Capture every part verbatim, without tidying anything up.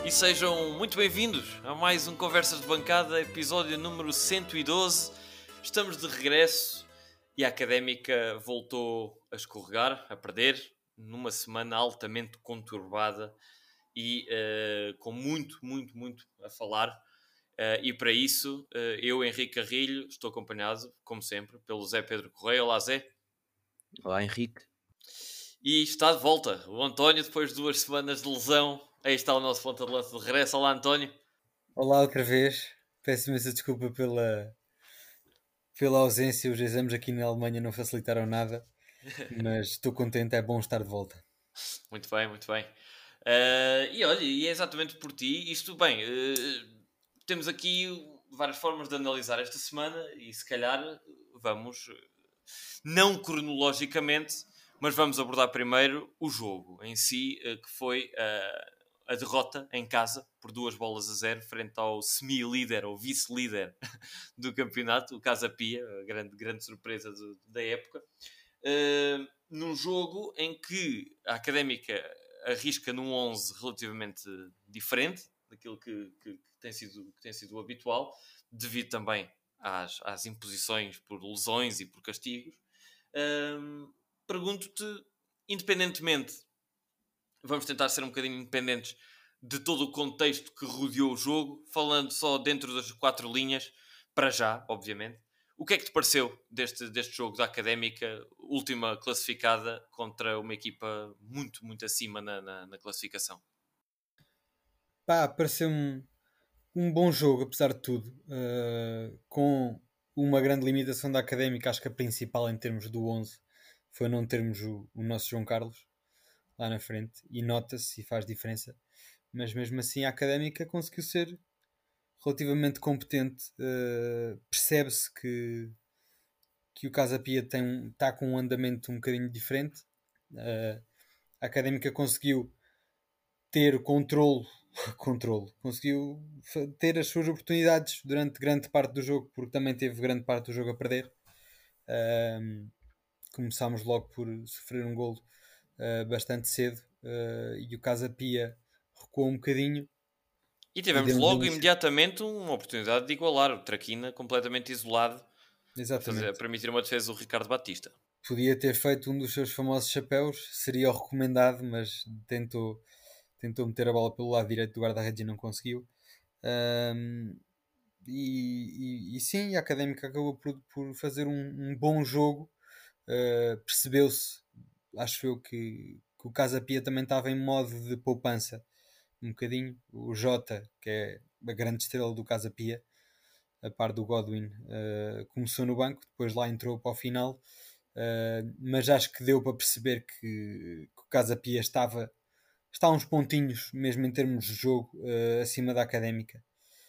E sejam muito bem-vindos a mais um Conversas de Bancada, episódio número cento e doze. Estamos de regresso e a Académica voltou a escorregar, a perder, numa semana altamente conturbada e uh, com muito, muito, muito a falar. Uh, e para isso, uh, eu, Henrique Carrilho, estou acompanhado, como sempre, pelo Zé Pedro Correia. Olá, Zé. Olá, Henrique. E está de volta o António, depois de duas semanas de lesão. Aí está o nosso ponta de lança de regresso. Olá, António. Olá outra vez, peço imensa desculpa pela, pela ausência, os exames aqui na Alemanha não facilitaram nada, mas estou contente, é bom estar de volta. Muito bem, muito bem. Uh, e olha, e é exatamente por ti, isto bem, uh, temos aqui várias formas de analisar esta semana e se calhar vamos, não cronologicamente, mas vamos abordar primeiro o jogo em si, uh, que foi uh, a derrota em casa por duas bolas a zero frente ao semi-líder ou vice-líder do campeonato, o Casa Pia, a grande, grande surpresa do, da época. Uh, num jogo em que a Académica arrisca num onze relativamente diferente daquilo que, que, que, tem, sido, que tem sido o habitual, devido também às, às imposições por lesões e por castigos. Uh, pergunto-te, independentemente, vamos tentar ser um bocadinho independentes de todo o contexto que rodeou o jogo, falando só dentro das quatro linhas, para já, obviamente. O que é que te pareceu deste, deste jogo da Académica, última classificada contra uma equipa muito, muito acima na, na, na classificação? Pá, pareceu-me um bom jogo, apesar de tudo, uh, com uma grande limitação da Académica. Acho que a principal em termos do onze foi não termos o, o nosso João Carlos lá na frente, e nota-se e faz diferença, mas mesmo assim a Académica conseguiu ser relativamente competente. Uh, percebe-se que que o Casa Pia tem, está com um andamento um bocadinho diferente. Uh, a Académica conseguiu ter controle, controle, conseguiu ter as suas oportunidades durante grande parte do jogo, porque também teve grande parte do jogo a perder. Uh, começámos logo por sofrer um golo uh, bastante cedo, uh, e o Casa Pia recuou um bocadinho. E tivemos E logo um... imediatamente uma oportunidade de igualar. O Traquina completamente isolado. Exatamente. A, fazer, a permitir uma defesa do Ricardo Batista. Podia ter feito um dos seus famosos chapéus, seria o recomendado, mas tentou, tentou meter a bola pelo lado direito do guarda-redes e não conseguiu. Um, e, e, e sim, a Académica acabou por, por fazer um, um bom jogo. Uh, percebeu-se, acho eu, que, que o Casa Pia também estava em modo de poupança, um bocadinho. O Jota, que é a grande estrela do Casa Pia, a par do Godwin, uh, começou no banco, depois lá entrou para o final. Uh, mas acho que deu para perceber que, que o Casa Pia estava está uns pontinhos, mesmo em termos de jogo, uh, acima da Académica,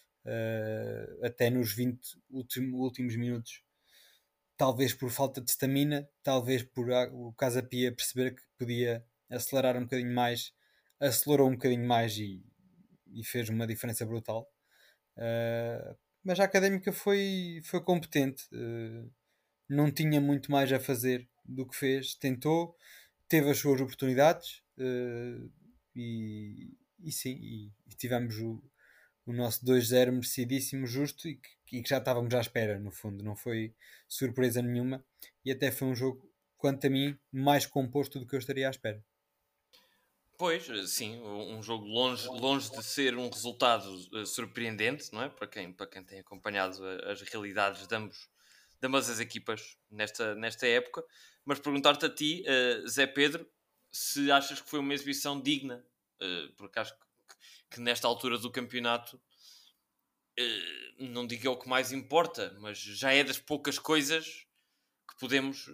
uh, até nos vinte últimos, últimos minutos, talvez por falta de estamina, talvez por a, o Casa Pia perceber que podia acelerar um bocadinho mais, acelerou um bocadinho mais e, e fez uma diferença brutal. Uh, mas a Académica foi, foi competente, uh, não tinha muito mais a fazer do que fez, tentou, teve as suas oportunidades, uh, e, e sim, e, e tivemos o, o nosso dois zero merecidíssimo, justo, e que, e que já estávamos à espera, no fundo, não foi surpresa nenhuma, e até foi um jogo, quanto a mim, mais composto do que eu estaria à espera. Pois, sim, um jogo longe, longe de ser um resultado uh, surpreendente, não é? Para quem, para quem tem acompanhado as realidades de, ambos, de ambas as equipas nesta, nesta época. Mas perguntar-te a ti, uh, Zé Pedro, se achas que foi uma exibição digna, uh, porque acho que, que nesta altura do campeonato, uh, não digo é o que mais importa, mas já é das poucas coisas que podemos,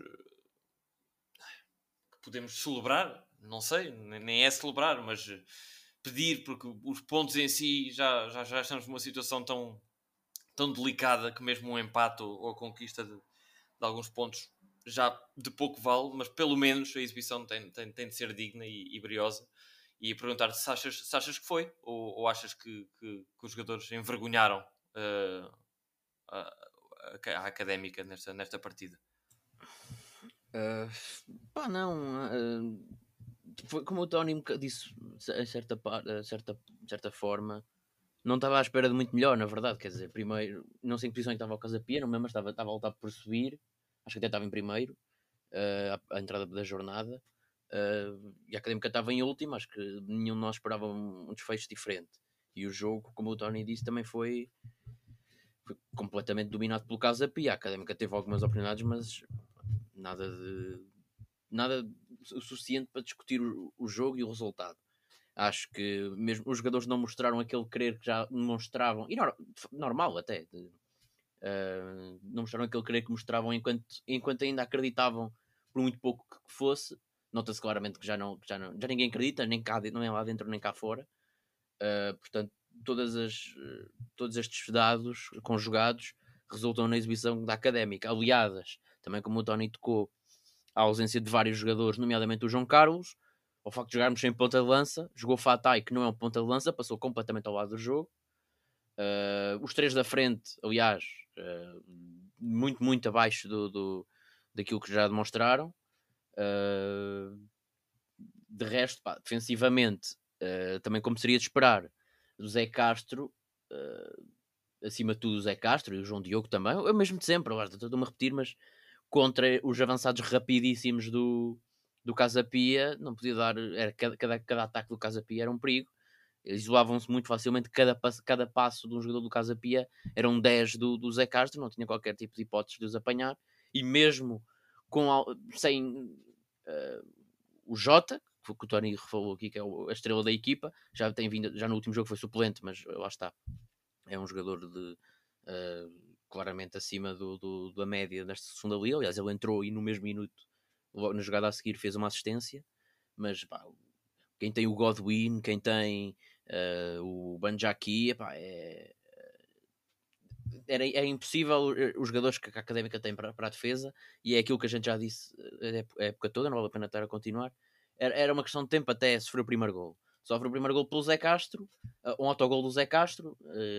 que podemos celebrar. Não sei, nem é celebrar, mas pedir, porque os pontos em si já, já, já estamos numa situação tão, tão delicada que mesmo um empate ou, ou a conquista de, de alguns pontos já de pouco vale, mas pelo menos a exibição tem, tem, tem de ser digna e, e briosa. E perguntar-te se achas, se achas que foi ou, ou achas que, que, que os jogadores envergonharam uh, a, a, a Académica nesta, nesta partida. Uh, pá, não. Uh, foi como o Tony um disse, a certa, a certa, a certa forma, não estava à espera de muito melhor, na verdade. Quer dizer, primeiro, não sei em que posição é estava o Casa Pia, não me lembro, mas estava, estava a lutar por subir, acho que até estava em primeiro, uh, à, à entrada da jornada, uh, e a Académica estava em último, acho que nenhum de nós esperava um, um desfecho diferente. E o jogo, como o Tony disse, também foi, foi completamente dominado pelo Casa Pia. A Académica teve algumas oportunidades, mas nada de nada o suficiente para discutir o, o jogo e o resultado. Acho que mesmo os jogadores não mostraram aquele querer que já demonstravam, e no, normal até, uh, não mostraram aquele querer que mostravam enquanto, enquanto ainda acreditavam, por muito pouco que fosse. Nota-se claramente que já, não, que já, não, já ninguém acredita, nem cá, não é lá dentro nem cá fora. Uh, portanto, todas as, todos estes dados conjugados resultam na exibição da Académica, aliadas, também como o Tony tocou, a ausência de vários jogadores, nomeadamente o João Carlos, ao facto de jogarmos sem ponta de lança, jogou Fatai, que não é um ponta de lança, passou completamente ao lado do jogo. Uh, os três da frente, aliás, uh, muito, muito abaixo do, do, daquilo que já demonstraram. Uh, de resto, pá, defensivamente, uh, também como seria de esperar, o Zé Castro, uh, acima de tudo o Zé Castro e o João Diogo também, eu mesmo de sempre, agora estou-me a repetir, mas contra os avançados rapidíssimos do, do Casa Pia, não podia dar, era, cada, cada, cada ataque do Casa Pia era um perigo, eles isolavam-se muito facilmente, cada, cada passo de um jogador do Casa Pia era um dez do, do Zé Castro, não tinha qualquer tipo de hipótese de os apanhar, e mesmo com, sem uh, o Jota, que o Tony falou aqui, que é a estrela da equipa, já tem vindo, já no último jogo foi suplente, mas lá está, é um jogador de uh, claramente acima do, do, da média nesta segunda liga. Aliás, ele entrou e no mesmo minuto, na jogada a seguir, fez uma assistência. Mas pá, quem tem o Godwin, quem tem uh, o Banjaki, pá, é, era, é impossível os jogadores que a Académica tem para, para a defesa, e é aquilo que a gente já disse a época toda, não vale a pena estar a continuar. Era, era uma questão de tempo até sofrer o primeiro gol. Sofre o primeiro gol pelo Zé Castro, um autogol do Zé Castro,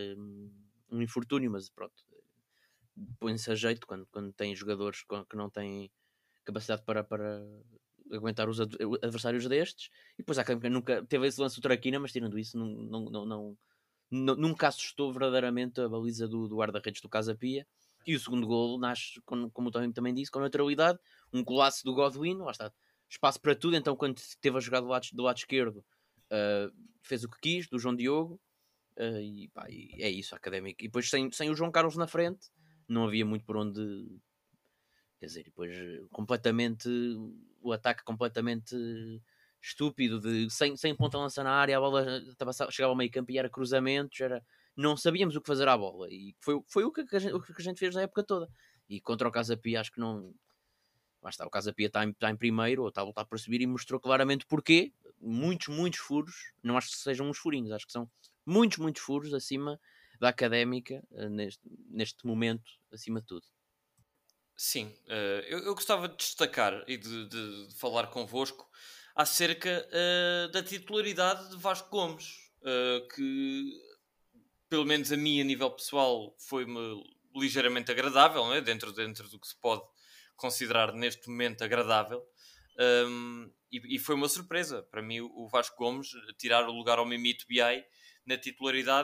um infortúnio, mas pronto, põe-se a jeito quando, quando tem jogadores que não têm capacidade para, para aguentar os adversários destes. E depois a Académica nunca teve esse lance do Traquina, mas tirando isso, não, não, não, não, nunca assustou verdadeiramente a baliza do, do guarda-redes do Casa Pia. E o segundo golo nasce, como, como o Tony também disse, com neutralidade, um golaço do Godwin, lá está, espaço para tudo. Então, quando teve a jogar do lado, do lado esquerdo, uh, fez o que quis, do João Diogo. Uh, e, pá, e é isso, a Académica. E depois, sem, sem o João Carlos na frente, não havia muito por onde. Quer dizer, depois completamente. O ataque completamente estúpido, de, sem, sem ponta lança na área, a bola chegava ao meio campo e era cruzamentos, era, não sabíamos o que fazer à bola. E foi, foi o, que a gente, o que a gente fez na época toda. E contra o Casa Pia, acho que não. Lá está, o Casa Pia está em, está em primeiro, ou está a lutar para subir, e mostrou claramente porquê. Muitos, muitos furos, não acho que sejam uns furinhos, acho que são muitos, muitos furos acima da Académica neste, neste momento, acima de tudo. Sim, uh, eu, eu gostava de destacar e de, de, de falar convosco acerca uh, da titularidade de Vasco Gomes, uh, que pelo menos a mim, a nível pessoal, foi-me ligeiramente agradável, não é? dentro, dentro do que se pode considerar neste momento agradável. Um, e, e foi uma surpresa para mim o Vasco Gomes tirar o lugar ao Mimito Biai na titularidade,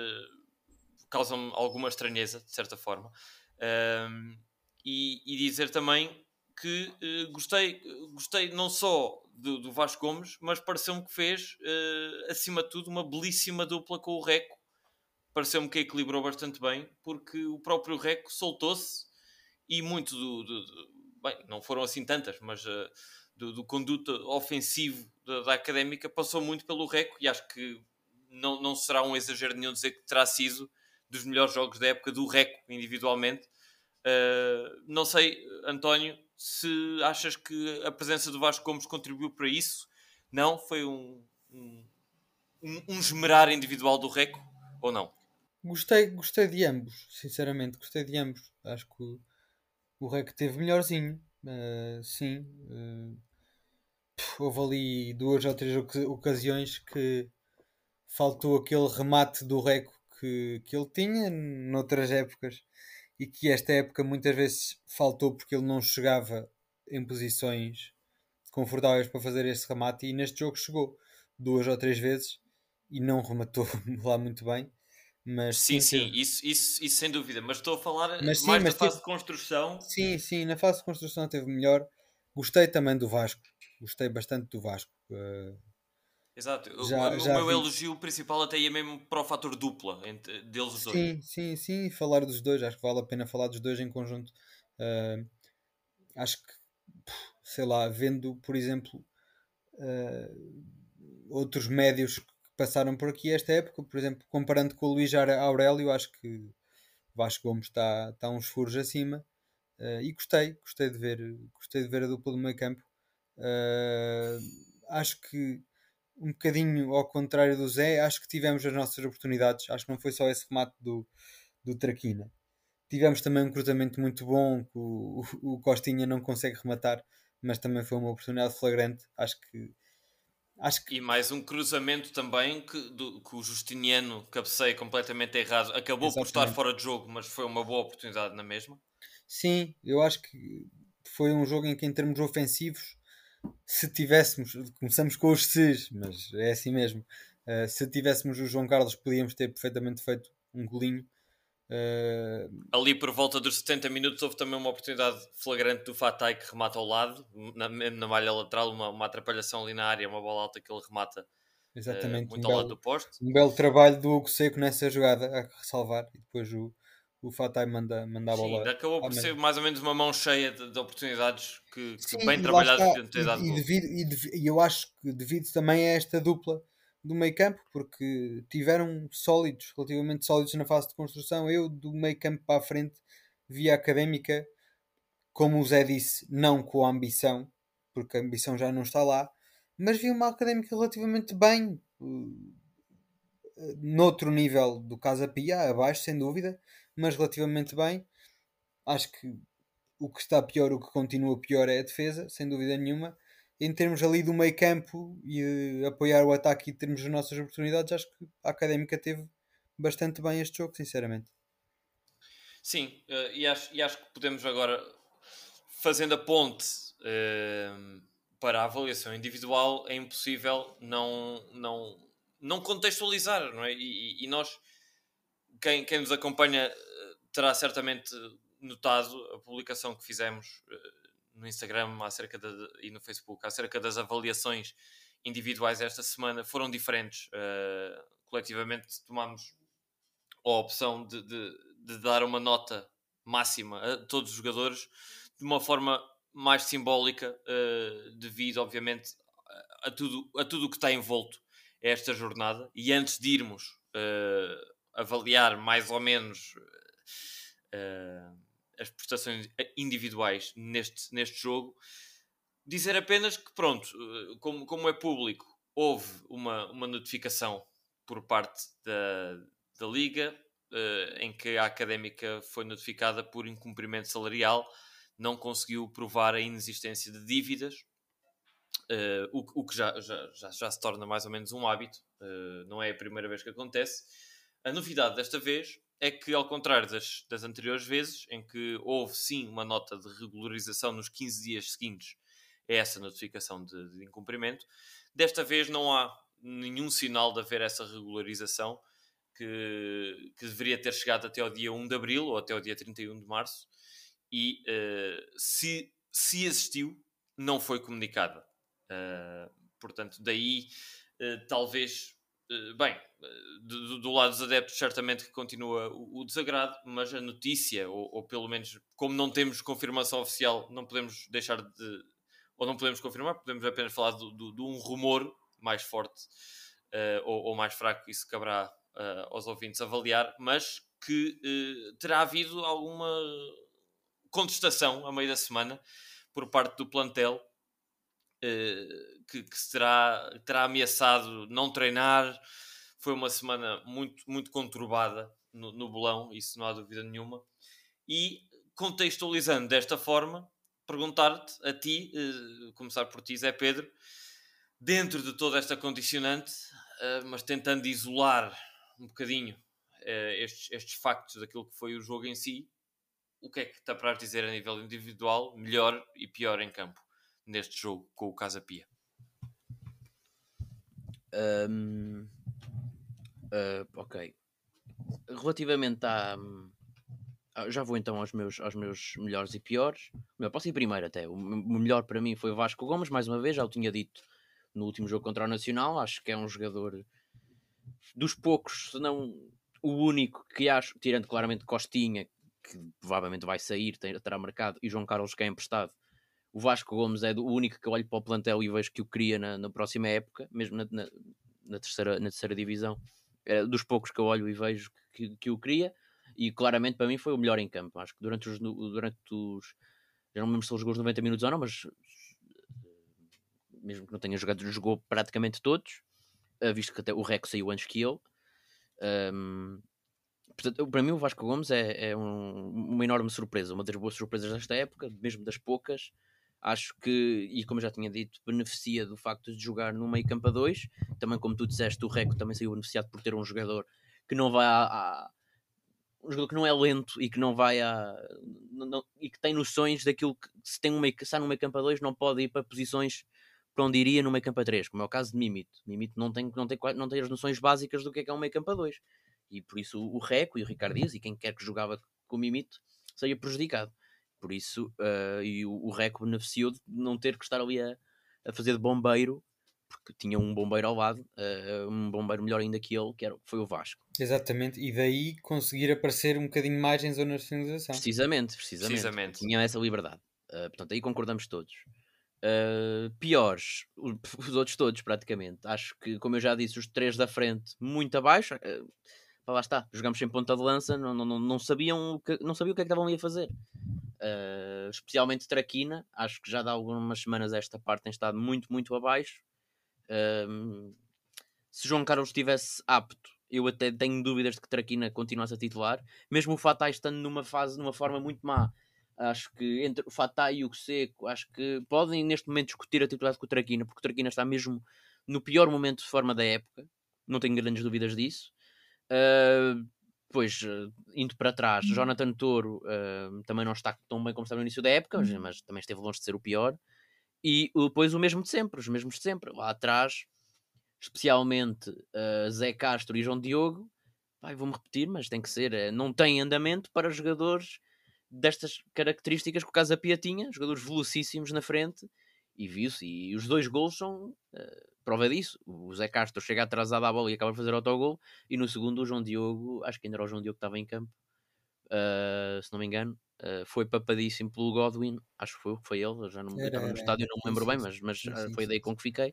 uh, causa-me alguma estranheza, de certa forma. Um, e, e dizer também que uh, gostei, gostei não só do, do Vasco Gomes, mas pareceu-me que fez, uh, acima de tudo, uma belíssima dupla com o Reco. Pareceu-me que equilibrou bastante bem, porque o próprio Reco soltou-se e muito do, do, do... Bem, não foram assim tantas, mas uh, do, do conduto ofensivo da, da Académica passou muito pelo Reco, e acho que não, não será um exagero nenhum dizer que terá sido dos melhores jogos da época do Reco, individualmente. Uh, não sei, António, se achas que a presença do Vasco Gomes contribuiu para isso. Não? Foi um, um, um esmerar individual do Reco, ou não? Gostei, gostei de ambos, sinceramente, gostei de ambos. Acho que o, o Rec teve melhorzinho, uh, sim. Uh, houve ali duas ou três ocasiões que faltou aquele remate do Reco que, que ele tinha noutras épocas, e que esta época muitas vezes faltou porque ele não chegava em posições confortáveis para fazer esse remate, e neste jogo chegou duas ou três vezes e não rematou lá muito bem, mas Sim, sim, sim, teve. isso, isso, isso sem dúvida. Mas estou a falar Mas sim, mais da mas teve, fase de construção. sim, sim, na fase de construção teve melhor. Gostei também do Vasco, gostei bastante do Vasco. Eh, Exato. O, já, o já meu vi, elogio principal até ia mesmo para o fator dupla entre, deles dois. sim, sim, sim, falar dos dois, acho que vale a pena falar dos dois em conjunto. Eh, acho que, sei lá, vendo, por exemplo, eh, outros médios que passaram por aqui esta época, por exemplo, comparando com o Luís Aurélio, acho que Vasco Gomes está, está uns furos acima. Eh, e gostei, gostei de ver, gostei de ver a dupla do meio campo. Eh, acho que um bocadinho ao contrário do Zé, acho que tivemos as nossas oportunidades. Acho que não foi só esse remate do, do Traquina. Tivemos também um cruzamento muito bom que o, o, o Costinha não consegue rematar, mas também foi uma oportunidade flagrante. Acho que acho que E mais um cruzamento também que, do, que o Justiniano cabeceia completamente errado. Acabou por estar exatamente. fora de jogo, mas foi uma boa oportunidade na mesma. Sim, eu acho que foi um jogo em que, em termos ofensivos, se tivéssemos, começamos com os ses, mas é assim mesmo. Uh, se tivéssemos o João Carlos, podíamos ter perfeitamente feito um golinho. Uh, Ali por volta dos setenta minutos houve também uma oportunidade flagrante do Fatai que remata ao lado, na, mesmo na malha lateral, uma, uma atrapalhação ali na área, uma bola alta que ele remata uh, exatamente, um muito ao lado do belo, poste. um belo trabalho do Hugo Seco nessa jogada, a ressalvar. E depois o, o Fatai manda, manda a Sim, bola ainda acabou à por ser meia. mais ou menos uma mão cheia de, de oportunidades que, que Sim, bem e lá está. trabalhadas podiam ter dado E, e, gol. devido, e, devi- e eu acho que devido também a esta dupla do meio campo, porque tiveram sólidos, relativamente sólidos na fase de construção. Eu, do meio campo para a frente, vi a Académica, como o Zé disse, não com a ambição, porque a ambição já não está lá, mas vi uma Académica relativamente bem, eh, noutro nível do Casa Pia, abaixo, sem dúvida, mas relativamente bem. Acho que o que está pior, o que continua pior é a defesa, sem dúvida nenhuma. Em termos ali do meio campo e de apoiar o ataque e termos as nossas oportunidades, acho que a Académica teve bastante bem este jogo, sinceramente. Sim, uh, e, acho, e acho que podemos agora, fazendo a ponte uh, para a avaliação individual, é impossível não, não, não contextualizar, não é? E, e nós, quem, quem nos acompanha, uh, terá certamente notado a publicação que fizemos uh, no Instagram acerca de, e no Facebook acerca das avaliações individuais esta semana. Foram diferentes. Uh, coletivamente tomámos a opção de, de, de dar uma nota máxima a todos os jogadores de uma forma mais simbólica, uh, devido, obviamente, a, a tudo a tudo o que está envolto a esta jornada. E antes de irmos uh, avaliar mais ou menos uh, as prestações individuais neste, neste jogo, dizer apenas que, pronto, uh, como, como é público, houve uma, uma notificação por parte da, da Liga, Uh, em que a Académica foi notificada por incumprimento salarial, não conseguiu provar a inexistência de dívidas, uh, o, o que já, já, já, já se torna mais ou menos um hábito, uh, não é a primeira vez que acontece. A novidade desta vez é que, ao contrário das, das anteriores vezes, em que houve sim uma nota de regularização nos quinze dias seguintes a essa notificação de, de incumprimento, desta vez não há nenhum sinal de haver essa regularização, Que, que deveria ter chegado até ao dia um de Abril ou até ao dia trinta e um de Março, e uh, se, se existiu, não foi comunicada. Uh, portanto, daí uh, talvez, uh, bem, uh, do, do lado dos adeptos certamente que continua o, o desagrado, mas a notícia, ou, ou pelo menos como não temos confirmação oficial, não podemos deixar de, ou não podemos confirmar, podemos apenas falar de, de, de um rumor mais forte uh, ou, ou mais fraco, isso caberá Uh, aos ouvintes avaliar, mas que uh, terá havido alguma contestação a meio da semana por parte do plantel, uh, que, que se terá, terá ameaçado não treinar. Foi uma semana muito, muito conturbada no, no bolão, isso não há dúvida nenhuma. E contextualizando desta forma, perguntar-te a ti, uh, começar por ti, Zé Pedro, dentro de toda esta condicionante, uh, mas tentando isolar um bocadinho uh, estes, estes factos daquilo que foi o jogo em si, o que é que está para dizer a nível individual, melhor e pior em campo? neste jogo com o Casa Pia? Um, uh, ok. Relativamente à... Já vou então aos meus, aos meus melhores e piores. Eu posso ir primeiro até. O melhor para mim foi o Vasco Gomes, mais uma vez, já o tinha dito no último jogo contra o Nacional. Acho que é um jogador dos poucos, se não o único que acho, tirando claramente Costinha, que provavelmente vai sair, terá marcado, e João Carlos que é emprestado. O Vasco Gomes é o único que olho para o plantel e vejo que o cria na, na próxima época, mesmo na, na, na, terceira, na terceira divisão. É dos poucos que eu olho e vejo que, que o cria. E claramente para mim foi o melhor em campo. Acho que durante os, durante os já não me lembro se ele jogou os noventa minutos ou não, mas mesmo que não tenha jogado, jogou praticamente todos, visto que até o Reco saiu antes que ele. Um, portanto, para mim o Vasco Gomes é, é um, uma enorme surpresa, uma das boas surpresas desta época, mesmo das poucas. Acho que, e como eu já tinha dito, beneficia do facto de jogar no meio campo a dois. Também como tu disseste, o Reco também saiu beneficiado por ter um jogador que não vai a, a um jogador que não é lento e que não vai a não, e que tem noções daquilo que se tem um meio, se está no meio campo a dois não pode ir para posições para onde iria no meio campo a três, como é o caso de Mimito. Mimito não tem, não tem, não tem as noções básicas do que é, que é um meio campo a dois, e por isso o Reco e o Ricardo Dias e quem quer que jogava com o Mimito seria prejudicado. Por isso uh, e o, o Reco beneficiou de não ter que estar ali a, a fazer de bombeiro, porque tinha um bombeiro ao lado, uh, um bombeiro melhor ainda que ele, que era, foi o Vasco. Exatamente, e daí conseguir aparecer um bocadinho mais em zonas de finalização. Precisamente, precisamente. precisamente. Tinha essa liberdade. Uh, portanto, aí concordamos todos. Uh, piores, os outros todos praticamente. Acho que, como eu já disse, os três da frente muito abaixo. Uh, lá está, jogamos sem ponta de lança, não, não, não, sabiam, o que, não sabiam o que é que estavam ali a fazer. Uh, especialmente Traquina, acho que já dá algumas semanas esta parte tem estado muito, muito abaixo. Uh, se João Carlos estivesse apto, eu até tenho dúvidas de que Traquina continuasse a titular, mesmo o Fatah estando numa fase, numa forma muito má. Acho que entre o Fatah e o Seco, acho que podem neste momento discutir a titularidade com o Traquina, porque o Traquina está mesmo no pior momento de forma da época, não tenho grandes dúvidas disso. Uh, pois, uh, indo para trás, Jonathan Toro uh, também não está tão bem como estava no início da época, mas, mas também esteve longe de ser o pior. E depois o mesmo de sempre, os mesmos de sempre. Lá atrás, especialmente uh, Zé Castro e João Diogo, vai, vou-me repetir, mas tem que ser, uh, não tem andamento para jogadores destas características que o Casa Pia tinha, jogadores velocíssimos na frente, e viu-se, e os dois golos são uh, prova disso. O Zé Castro chega atrasado à bola e acaba de fazer autogol, e no segundo o João Diogo, acho que ainda era o João Diogo que estava em campo, uh, se não me engano, uh, foi papadíssimo pelo Godwin, acho que foi, foi ele, já não era, estava no era, estádio, não me lembro sim, bem, mas, mas sim, sim, foi sim, daí com que fiquei.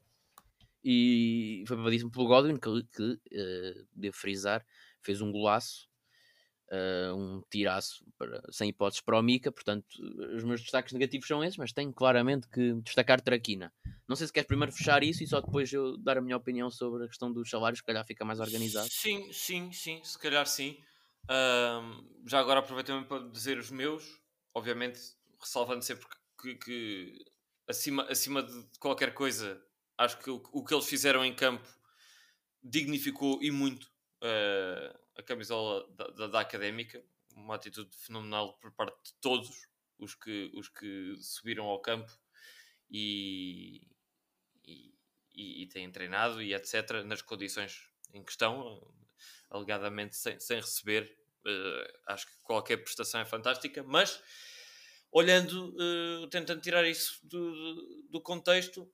E foi papadíssimo pelo Godwin, que, que uh, devo frisar, fez um golaço, uh, um tiraço para, sem hipóteses para o Mica. Portanto, os meus destaques negativos são esses, mas tenho claramente que destacar Traquina. Não sei se queres primeiro fechar isso e só depois eu dar a minha opinião sobre a questão dos salários, que calhar fica mais organizado. Sim, sim, sim, se calhar sim. Uh, já agora aproveito também para dizer os meus, obviamente ressalvando sempre que, que acima, acima de qualquer coisa, acho que o, o que eles fizeram em campo dignificou e muito uh, a camisola da, da, da Académica. Uma atitude fenomenal por parte de todos os que, os que subiram ao campo e, e, e, e têm treinado e etcétera nas condições em questão, alegadamente sem, sem receber. Uh, acho que qualquer prestação é fantástica, mas olhando, uh, tentando tirar isso do, do contexto,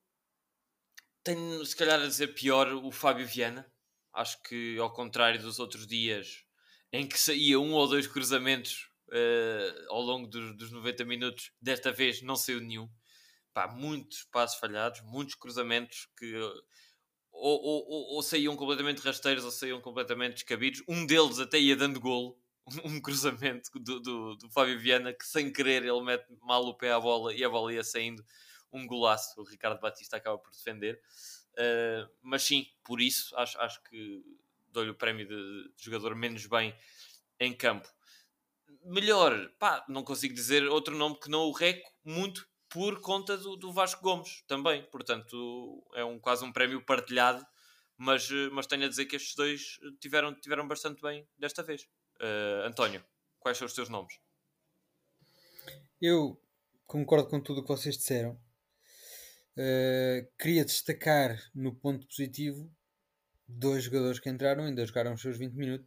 tenho se calhar a dizer pior o Fábio Viana. Acho que ao contrário dos outros dias em que saía um ou dois cruzamentos uh, ao longo dos, dos noventa minutos, desta vez não saiu nenhum. Pá, muitos passos falhados, muitos cruzamentos que ou, ou, ou, ou saíam completamente rasteiros ou saíam completamente descabidos. Um deles até ia dando golo, um cruzamento do, do, do Fábio Viana, que sem querer ele mete mal o pé à bola e a bola ia saindo, um golaço. O Ricardo Batista acaba por defender. Uh, mas sim, por isso acho, acho que dou-lhe o prémio de, de jogador menos bem em campo. Melhor, pá, não consigo dizer outro nome que não o Reco, muito por conta do, do Vasco Gomes também. Portanto, é um, quase um prémio partilhado, mas, mas tenho a dizer que estes dois tiveram, tiveram bastante bem desta vez. Uh, António, quais são os teus nomes? Eu concordo com tudo o que vocês disseram. Uh, queria destacar no ponto positivo dois jogadores que entraram, ainda jogaram os seus vinte minutos,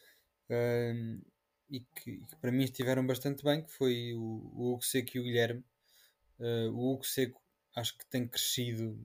uh, e, que, e que para mim estiveram bastante bem, que foi o, o Hugo Seco e o Guilherme. Uh, o Hugo Seco acho que tem crescido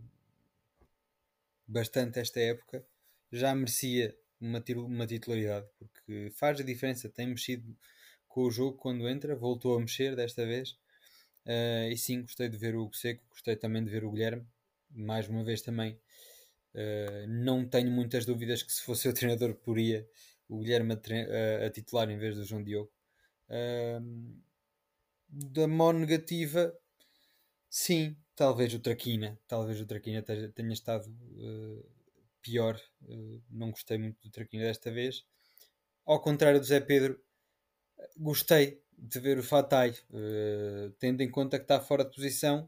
bastante esta época, já merecia uma, uma titularidade, porque faz a diferença, tem mexido com o jogo quando entra, voltou a mexer desta vez. Uh, e sim, gostei de ver o Hugo Seco, gostei também de ver o Guilherme, mais uma vez também. Uh, não tenho muitas dúvidas que se fosse o treinador poria o Guilherme a, a, a titular em vez do João Diogo. Uh, da mão negativa, sim, talvez o Traquina, talvez o Traquina tenha, tenha estado uh, pior. Uh, não gostei muito do Traquina desta vez. Ao contrário do Zé Pedro, gostei de ver o Fatai, uh, tendo em conta que está fora de posição,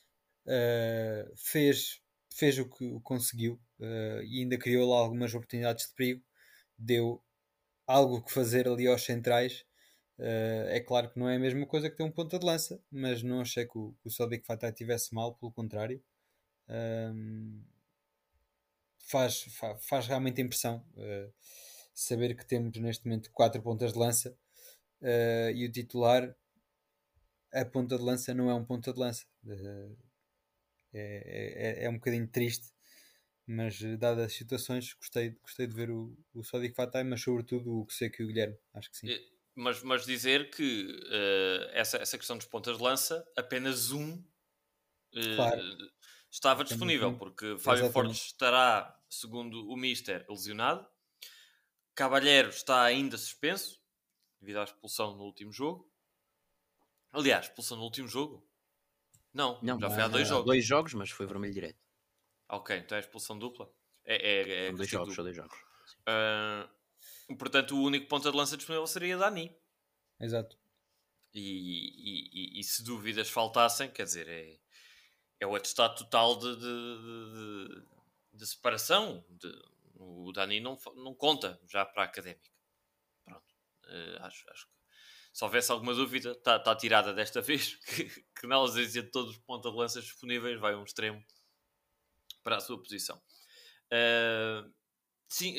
uh, fez, fez o que conseguiu, uh, e ainda criou lá algumas oportunidades de perigo, deu algo que fazer ali aos centrais. Uh, é claro que não é a mesma coisa que ter um ponta de lança, mas não achei que o, que o Sadiq Fatai tivesse mal, pelo contrário. Um, faz, faz, faz realmente impressão uh, saber que temos neste momento quatro pontas de lança, uh, e o titular, a ponta de lança não é um ponta de lança. Uh, é, é, é um bocadinho triste, mas dadas as situações, gostei, gostei de ver o, o Sadiq Fatai, mas sobretudo o que sei que o Guilherme, acho que sim. Mas, mas dizer que uh, essa, essa questão dos pontas de lança, apenas um uh, Claro. estava Apenas disponível, um. porque Fábio Exatamente. Fortes estará, segundo o Mister, lesionado. Cavalheiro está ainda suspenso, devido à expulsão no último jogo. Aliás, expulsão no último jogo? Não, Não, já foi há dois há jogos. dois jogos, mas foi vermelho direto. Ok, então é expulsão dupla. É, é, é São dois castigo jogos, são duplo. dois jogos. Uh, portanto, o único ponta de lança disponível seria Dani. Exato. E, e, e, e se dúvidas faltassem, quer dizer, é, é o atestado total de, de, de, de separação. De, o Dani não, não conta já para a Académica. Pronto. Uh, acho, acho que se houvesse alguma dúvida, está tá tirada desta vez, que, que na ausência de todos os ponta de lança disponíveis vai um extremo para a sua posição. Uh, sim,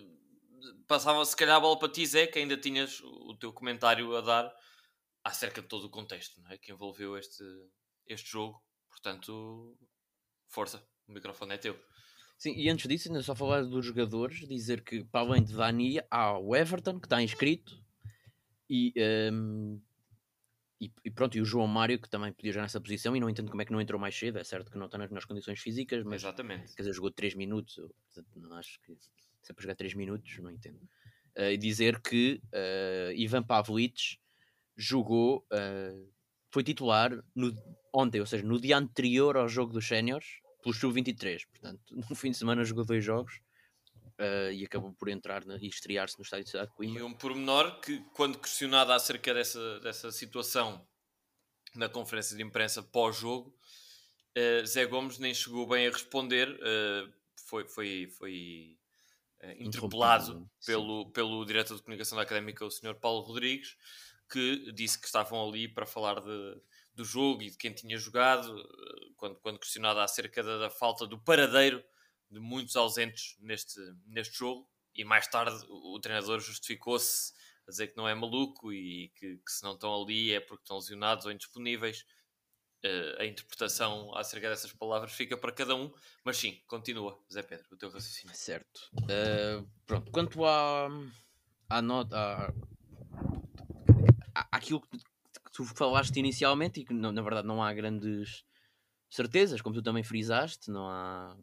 uh, passava se calhar a bola para ti, Zé, que ainda tinhas o teu comentário a dar acerca de todo o contexto, não é? Que envolveu este, este jogo. Portanto, força, o microfone é teu. Sim, e antes disso, ainda só falar dos jogadores, dizer que para além de Dani, há o Everton, que está inscrito, e, um, e, e pronto, e o João Mário, que também podia jogar nessa posição, e não entendo como é que não entrou mais cedo. É certo que não está nas melhores condições físicas, mas Exatamente. Quer dizer, jogou três minutos, eu, portanto, não acho que se é para jogar três minutos, não entendo. Uh, e dizer que uh, Ivan Pavlic jogou, uh, foi titular no, ontem, ou seja, no dia anterior ao jogo dos séniores, pelo sub vinte e três. Portanto, no fim de semana jogou dois jogos, uh, e acabou por entrar na, e estrear-se no estádio de Cidade de Coimbra. E um pormenor que, quando questionado acerca dessa, dessa situação na conferência de imprensa pós-jogo, uh, Zé Gomes nem chegou bem a responder, uh, foi, foi, foi uh, interpelado pelo, pelo diretor de comunicação da Académica, o senhor Paulo Rodrigues, que disse que estavam ali para falar de, do jogo e de quem tinha jogado, uh, quando, quando questionado acerca da, da falta do paradeiro de muitos ausentes neste, neste jogo. E mais tarde o, o treinador justificou-se a dizer que não é maluco e que, que se não estão ali é porque estão lesionados ou indisponíveis. Uh, a interpretação acerca dessas palavras fica para cada um, mas sim, continua, Zé Pedro, o teu raciocínio. Certo. Uh, pronto, quanto à, à nota, à, à, àquilo que tu falaste inicialmente, e que na verdade não há grandes certezas, como tu também frisaste, não há.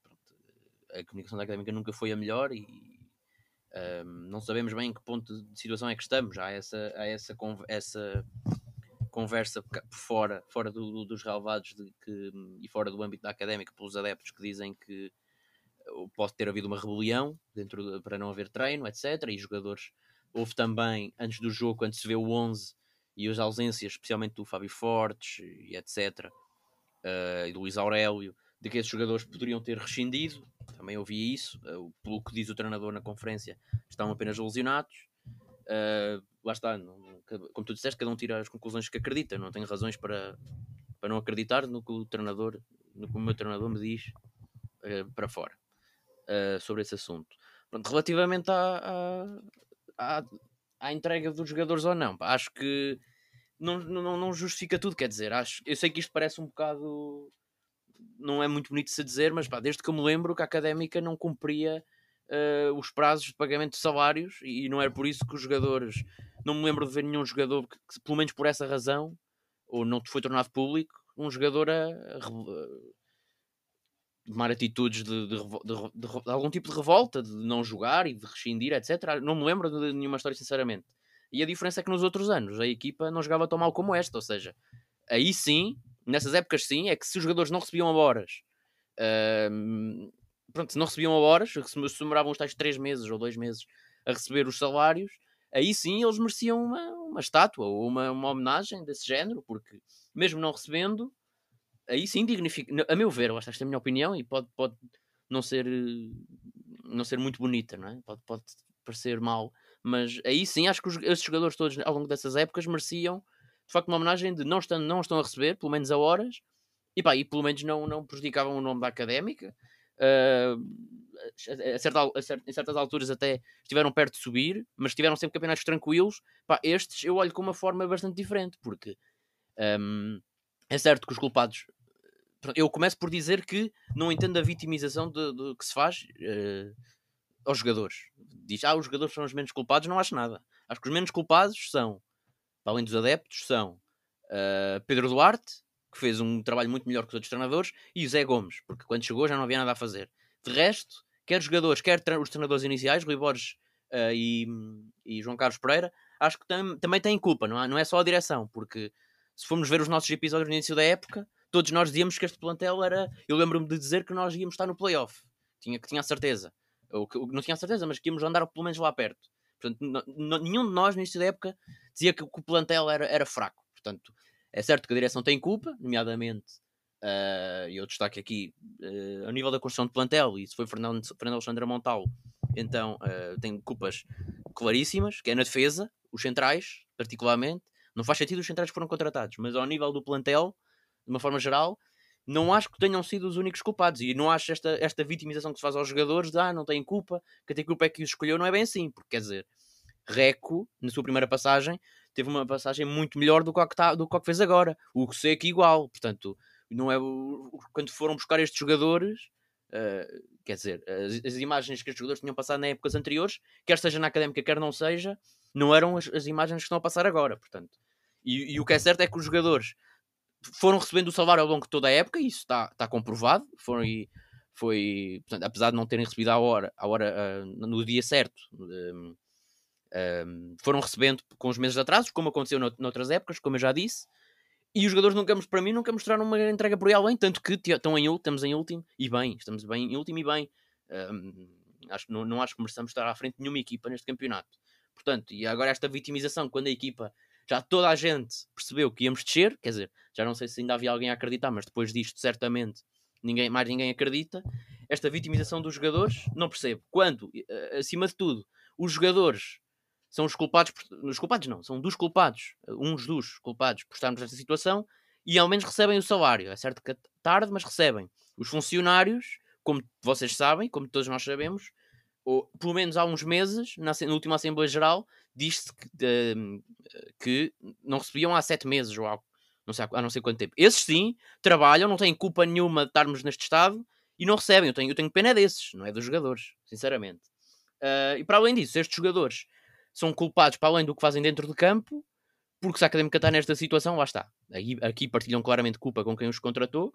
A comunicação da Académica nunca foi a melhor e um, não sabemos bem em que ponto de situação é que estamos. Há essa, há essa, essa conversa fora, fora do, dos relevados de que, e fora do âmbito da Académica pelos adeptos que dizem que pode ter havido uma rebelião dentro de, para não haver treino, etcétera. E jogadores, houve também, antes do jogo, quando se vê o onze e as ausências, especialmente do Fábio Fortes e etcétera, uh, e do Luís Aurélio, de que esses jogadores poderiam ter rescindido. Também ouvi isso, uh, pelo que diz o treinador na conferência, estão apenas lesionados. Uh, lá está, não, como tu disseste, cada um tira as conclusões que acredita. Não tenho razões para, para não acreditar no que o treinador no que o meu treinador me diz uh, para fora uh, sobre esse assunto. Pronto, relativamente à, à, à, à entrega dos jogadores ou não, pá, acho que não, não, não justifica tudo, quer dizer, acho, eu sei que isto parece um bocado, não é muito bonito de se dizer, mas pá, desde que eu me lembro que a Académica não cumpria uh, os prazos de pagamento de salários, e não era por isso que os jogadores, não me lembro de ver nenhum jogador que, que pelo menos por essa razão, ou não foi tornado público, um jogador a, a, a tomar atitudes de, de, de, de, de algum tipo de revolta, de não jogar e de rescindir, etcétera. Não me lembro de nenhuma história, sinceramente. E a diferença é que nos outros anos a equipa não jogava tão mal como esta, ou seja, aí sim, nessas épocas sim, é que se os jogadores não recebiam horas, uh, pronto, se não recebiam horas, se, se demoravam os tais três meses ou dois meses a receber os salários, aí sim eles mereciam uma, uma estátua ou uma, uma homenagem desse género, porque mesmo não recebendo, aí sim dignifica, a meu ver, esta é a minha opinião e pode, pode não ser não ser muito bonita, não é? Pode, pode parecer mal, mas aí sim acho que os, esses jogadores todos ao longo dessas épocas mereciam de facto uma homenagem de não estão, não estão a receber, pelo menos a horas, e pá, e pelo menos não, não prejudicavam o nome da Académica. Uh, a certa, a certa, em certas alturas até estiveram perto de subir, mas tiveram sempre campeonatos tranquilos. Pá, estes eu olho com uma forma bastante diferente, porque um, é certo que os culpados, eu começo por dizer que não entendo a vitimização de, de, que se faz uh, aos jogadores. Diz, ah, os jogadores são os menos culpados. Não acho nada. Acho que os menos culpados são, além dos adeptos, são uh, Pedro Duarte, que fez um trabalho muito melhor que os outros treinadores, e o Zé Gomes, porque quando chegou já não havia nada a fazer. De resto, quer os jogadores, quer os treinadores iniciais, Rui Borges uh, e, e João Carlos Pereira, acho que tam, também têm culpa, não é, não é só a direção, porque se formos ver os nossos episódios no início da época, todos nós dizíamos que este plantel era... Eu lembro-me de dizer que nós íamos estar no playoff, tinha, que tinha a certeza, ou que não tinha a certeza, mas que íamos andar pelo menos lá perto. Portanto, n- n- nenhum de nós no início da época dizia que, que o plantel era, era fraco. Portanto, é certo que a direção tem culpa, nomeadamente, uh, eu destaco aqui, uh, a nível da construção de plantel, e isso foi Fernando, Fernando Alexandre Montal, então uh, tem culpas claríssimas, que é na defesa, os centrais, particularmente. Não faz sentido os centrais que foram contratados, mas ao nível do plantel, de uma forma geral, não acho que tenham sido os únicos culpados. E não acho esta, esta vitimização que se faz aos jogadores de ah, não têm culpa, quem tem culpa é que os escolheu, não é bem assim, porque quer dizer, Reco, na sua primeira passagem, teve uma passagem muito melhor do que o que, tá, do que, o que fez agora. O Seco igual, portanto, não é o, quando foram buscar estes jogadores, uh, quer dizer, as, as imagens que os jogadores tinham passado nas épocas anteriores, quer seja na Académica, quer não seja, não eram as, as imagens que estão a passar agora, portanto. E, e o que é certo é que os jogadores foram recebendo o salário ao longo de toda a época, e isso está, está comprovado. Foram, e, foi, portanto, apesar de não terem recebido à hora, à hora uh, no dia certo, um, um, foram recebendo com os meses de atraso, como aconteceu noutras épocas, como eu já disse. E os jogadores, nunca, para mim, nunca mostraram uma entrega por aí além, tanto que estão em, estamos em último e bem, estamos bem em último e bem. Um, acho, não, não acho que mereçamos estar à frente de nenhuma equipa neste campeonato. Portanto, e agora esta vitimização, quando a equipa, já toda a gente percebeu que íamos descer, quer dizer, já não sei se ainda havia alguém a acreditar, mas depois disto, certamente, ninguém, mais ninguém acredita. Esta vitimização dos jogadores, não percebo. Quando, acima de tudo, os jogadores são os culpados, por, os culpados não, são dos culpados, uns dos culpados por estarmos nesta situação, e ao menos recebem o salário. É certo que é tarde, mas recebem. Os funcionários, como vocês sabem, como todos nós sabemos, ou pelo menos há uns meses, na, na última Assembleia Geral, disse que, uh, que não recebiam há sete meses, ou há não, sei, há não sei quanto tempo. Esses sim, trabalham, não têm culpa nenhuma de estarmos neste estado, e não recebem. Eu tenho, eu tenho pena desses, não é dos jogadores, sinceramente. Uh, e para além disso, estes jogadores são culpados para além do que fazem dentro de campo, porque se a Académica está nesta situação, lá está. Aqui, aqui partilham claramente culpa com quem os contratou.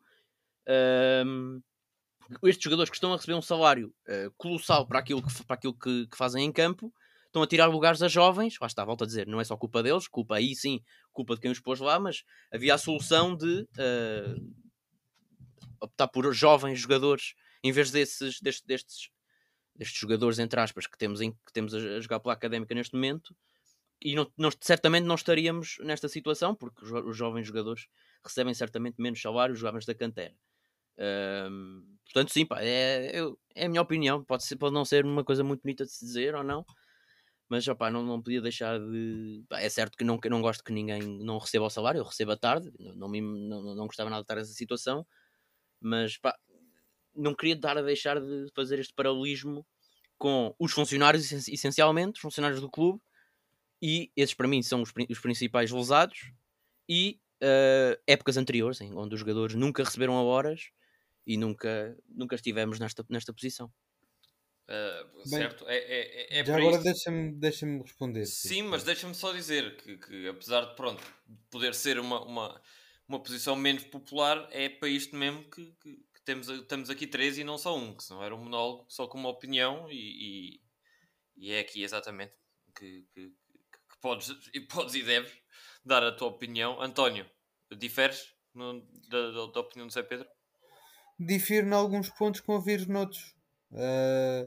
Um, estes jogadores que estão a receber um salário uh, colossal para aquilo, que, para aquilo que, que fazem em campo, estão a tirar lugares a jovens. Lá está, volto a dizer, não é só culpa deles, culpa aí sim, culpa de quem os pôs lá, mas havia a solução de uh, optar por jovens jogadores em vez desses, destes, destes, destes jogadores, entre aspas, que temos, em, que temos a jogar pela Académica neste momento. E não, não, certamente não estaríamos nesta situação, porque os, os jovens jogadores recebem certamente menos salário, os jovens da cantera. Um, portanto, sim, pá, é, é, é a minha opinião. Pode, ser, pode não ser uma coisa muito bonita de se dizer ou não, mas opá, não, não podia deixar de. Pá, é certo que não, que não gosto que ninguém não receba o salário, eu recebo a tarde, não, não, me, não, não gostava nada de estar nessa situação, Mas pá, não queria dar a deixar de fazer este paralelismo com os funcionários, essencialmente, os funcionários do clube, e esses para mim são os, os principais lesados, e uh, épocas anteriores, em onde os jogadores nunca receberam a horas e nunca, nunca estivemos nesta, nesta posição. Uh, certo? Bem, é, é, é já agora isso... deixa-me, deixa-me responder. Sim, mas deixa-me só dizer que, que apesar de pronto, poder ser uma, uma, uma posição menos popular, é para isto mesmo que, que, que temos, temos aqui três e não só um, que senão era um monólogo só com uma opinião e, e, e é aqui exatamente que, que, que podes, e podes e deves dar a tua opinião. António, diferes no, da, da, da opinião do Zé Pedro? Difiro em alguns pontos com ouvir noutros. Uh...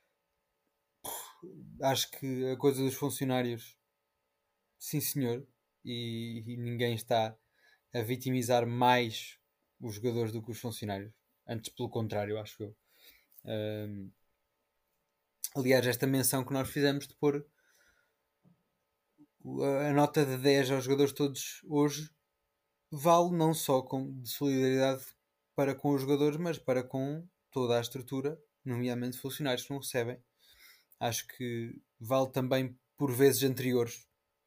Acho que a coisa dos funcionários, sim senhor, e, e ninguém está a vitimizar mais os jogadores do que os funcionários. Antes, pelo contrário, acho eu. Um, aliás, esta menção que nós fizemos de pôr a, a nota de dez aos jogadores todos hoje vale não só com, de solidariedade para com os jogadores, mas para com toda a estrutura, nomeadamente funcionários que não recebem. Acho que vale também por vezes anteriores,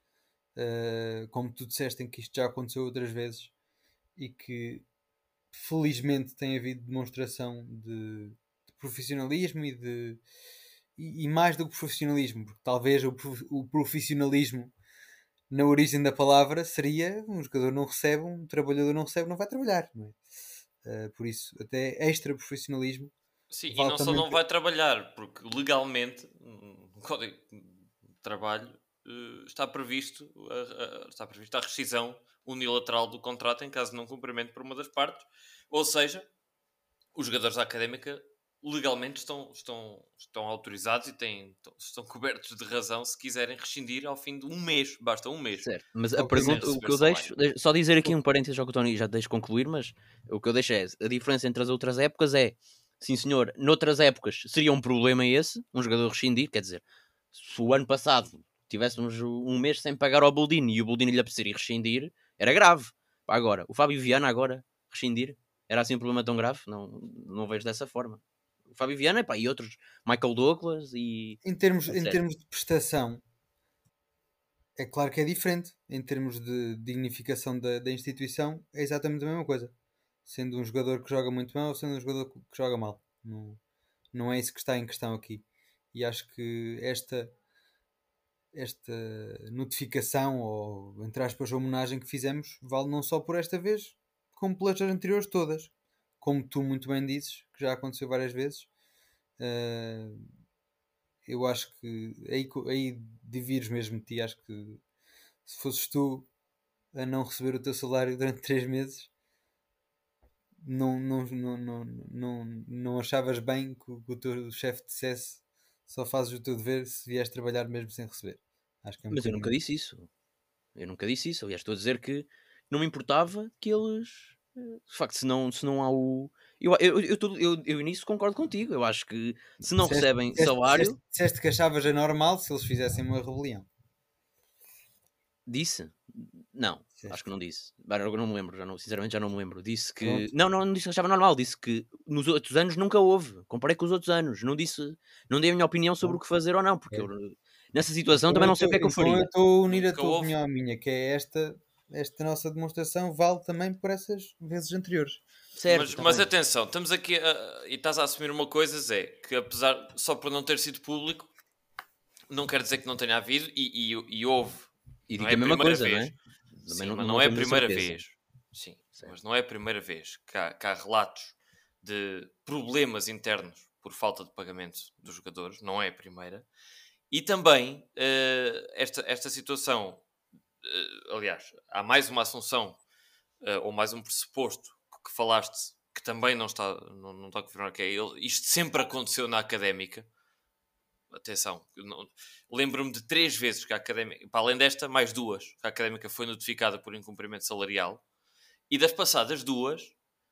uh, como tu disseste, em que isto já aconteceu outras vezes e que felizmente tem havido demonstração de, de profissionalismo e de e, e mais do que profissionalismo, porque talvez o, o profissionalismo na origem da palavra seria um jogador não recebe, um trabalhador não recebe, não vai trabalhar, não é? Uh, por isso, até extra profissionalismo. Sim, vale e não só não vai trabalhar, porque legalmente no Código de Trabalho uh, está previsto a, a, está prevista a rescisão unilateral do contrato em caso de não cumprimento por uma das partes, ou seja, os jogadores da Académica legalmente estão, estão, estão autorizados e têm, estão cobertos de razão se quiserem rescindir ao fim de um mês, basta um mês. Certo, mas a pergunta, o que eu deixo, só dizer aqui um parênteses ao que o Tony já deixo concluir, mas o que eu deixo é, a diferença entre as outras épocas é, sim senhor, noutras épocas seria um problema esse, um jogador rescindir, quer dizer, se o ano passado tivéssemos um mês sem pagar ao Boldini e o Boldini lhe apetecer ir rescindir, era grave. Agora, o Fábio Viana agora, rescindir, era assim um problema tão grave? Não, não vejo dessa forma. O Fábio Viana, pá, e outros, Michael Douglas e... Em termos, em termos de prestação, é claro que é diferente. Em termos de dignificação da, da instituição, é exatamente a mesma coisa. Sendo um jogador que joga muito bem ou sendo um jogador que joga mal. Não, não é isso que está em questão aqui. E acho que esta, esta notificação, ou entre aspas, a homenagem que fizemos, vale não só por esta vez, como pelas anteriores todas. Como tu muito bem dizes, que já aconteceu várias vezes. Uh, eu acho que aí, aí divires mesmo de ti. Acho que se fosses tu a não receber o teu salário durante três meses, não, não, não, não, não, não achavas bem que o, que o teu chefe dissesse só fazes o teu dever se vieres trabalhar mesmo sem receber. Acho que é um Mas eu nunca disse isso. Eu nunca disse isso. Aliás, estou a dizer que não me importava que eles... De facto, se não, se não há o... Eu, eu, eu, eu, eu, eu nisso concordo contigo. Eu acho que se não disseste, recebem disseste, salário... Disseste, disseste que achavas anormal se eles fizessem uma rebelião. Disse? Não, disseste. Acho que não disse. Eu não me lembro, já não, sinceramente já não me lembro. Disse que... Pronto. Não, não, não disse que achava normal. Disse que nos outros anos nunca houve. Comparei com os outros anos. Não disse... Não dei a minha opinião sobre Pronto. o que fazer ou não. Porque é. eu, nessa situação então também não sei tô, o que é que eu faria. Então eu estou a unir a tua houve. opinião à minha, que é esta... Esta nossa demonstração vale também por essas vezes anteriores. Certo, mas, mas atenção, estamos aqui a, e estás a assumir uma coisa, Zé, que apesar, só por não ter sido público, não quer dizer que não tenha havido e, e, e houve. E digo é a mesma coisa, vez. não é? Sim, não, mas não, não é a primeira vez. Sim, certo. Mas não é a primeira vez que há, que há relatos de problemas internos por falta de pagamento dos jogadores, não é a primeira. E também uh, esta, esta situação... Uh, aliás, há mais uma assunção uh, ou mais um pressuposto que, que falaste que também não está, não, não está a confirmar que é ele. Isto sempre aconteceu na Académica. Atenção, não, lembro-me de três vezes que a Académica, para além desta, mais duas, que a Académica foi notificada por incumprimento salarial, e das passadas duas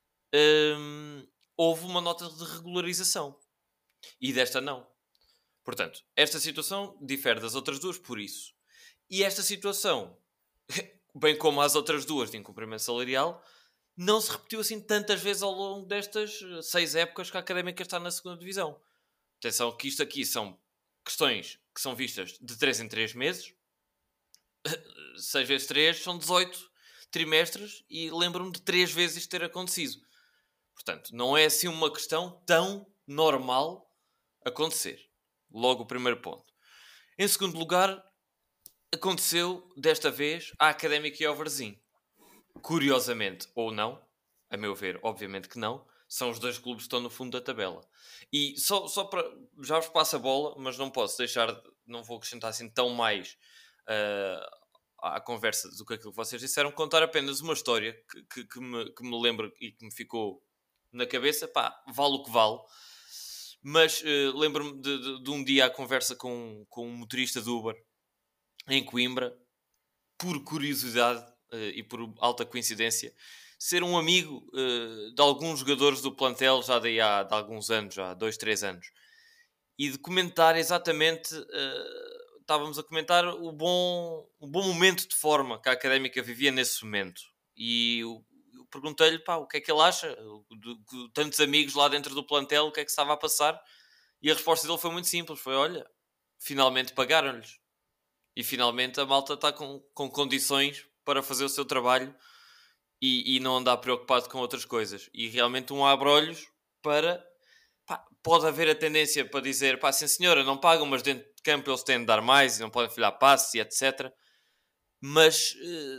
um, houve uma nota de regularização e desta não. Portanto, esta situação difere das outras duas por isso. E esta situação, bem como as outras duas de incumprimento salarial, não se repetiu assim tantas vezes ao longo destas seis épocas que a Académica está na segunda divisão. Atenção que isto aqui são questões que são vistas de três em três meses. seis vezes três são dezoito trimestres e lembro-me de três vezes isto ter acontecido. Portanto, não é assim uma questão tão normal acontecer. Logo o primeiro ponto. Em segundo lugar, aconteceu desta vez à Académica e ao Varzim. Curiosamente, ou não, a meu ver, obviamente que não, são os dois clubes que estão no fundo da tabela. E só, só para... Já vos passo a bola, mas não posso deixar... De, não vou acrescentar assim tão mais uh, à conversa do que aquilo que vocês disseram. Contar apenas uma história que, que, que, me, que me lembro e que me ficou na cabeça. Pá, vale o que vale. Mas uh, lembro-me de, de, de um dia a conversa com, com um motorista de Uber em Coimbra, por curiosidade uh, e por alta coincidência, ser um amigo uh, de alguns jogadores do plantel já daí há de alguns anos, já há dois, três anos. E de comentar exatamente, uh, estávamos a comentar o bom, o bom momento de forma que a Académica vivia nesse momento. E eu, eu perguntei-lhe, pá, o que é que ele acha? De, de, tantos amigos lá dentro do plantel, o que é que estava a passar? E a resposta dele foi muito simples, foi, olha, finalmente pagaram-lhes. E finalmente a malta está com, com condições para fazer o seu trabalho e, e não andar preocupado com outras coisas. E realmente um abre-olhos para... Pá, pode haver a tendência para dizer, pá, sim senhora, não pagam, mas dentro de campo eles têm de dar mais e não podem falhar passes e etcétera. Mas...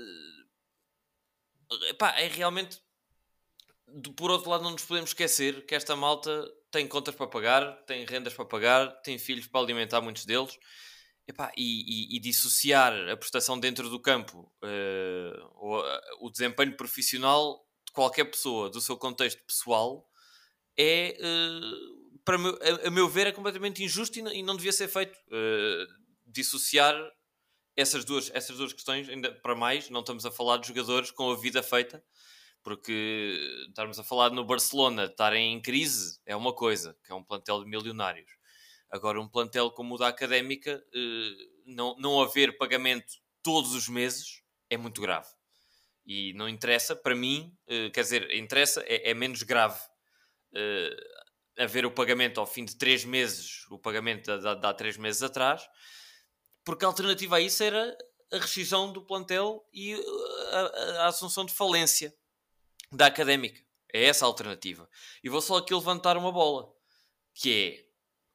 Uh, pá, é realmente... Por outro lado, não nos podemos esquecer que esta malta tem contas para pagar, tem rendas para pagar, tem filhos para alimentar muitos deles. Epá, e, e, e dissociar a prestação dentro do campo, uh, ou, uh, o desempenho profissional de qualquer pessoa do seu contexto pessoal é, uh, para meu, a, a meu ver, é completamente injusto e não, e não devia ser feito. Uh, dissociar essas duas, essas duas questões, ainda para mais, não estamos a falar de jogadores com a vida feita, porque estarmos a falar no Barcelona, estarem em crise é uma coisa, que é um plantel de milionários. Agora, um plantel como o da Académica, não, não haver pagamento todos os meses é muito grave. E não interessa, para mim, quer dizer, interessa, é, é menos grave haver o pagamento ao fim de três meses, o pagamento de, de há três meses atrás, porque a alternativa a isso era a rescisão do plantel e a, a, a assunção de falência da Académica. É essa a alternativa. E vou só aqui levantar uma bola, que é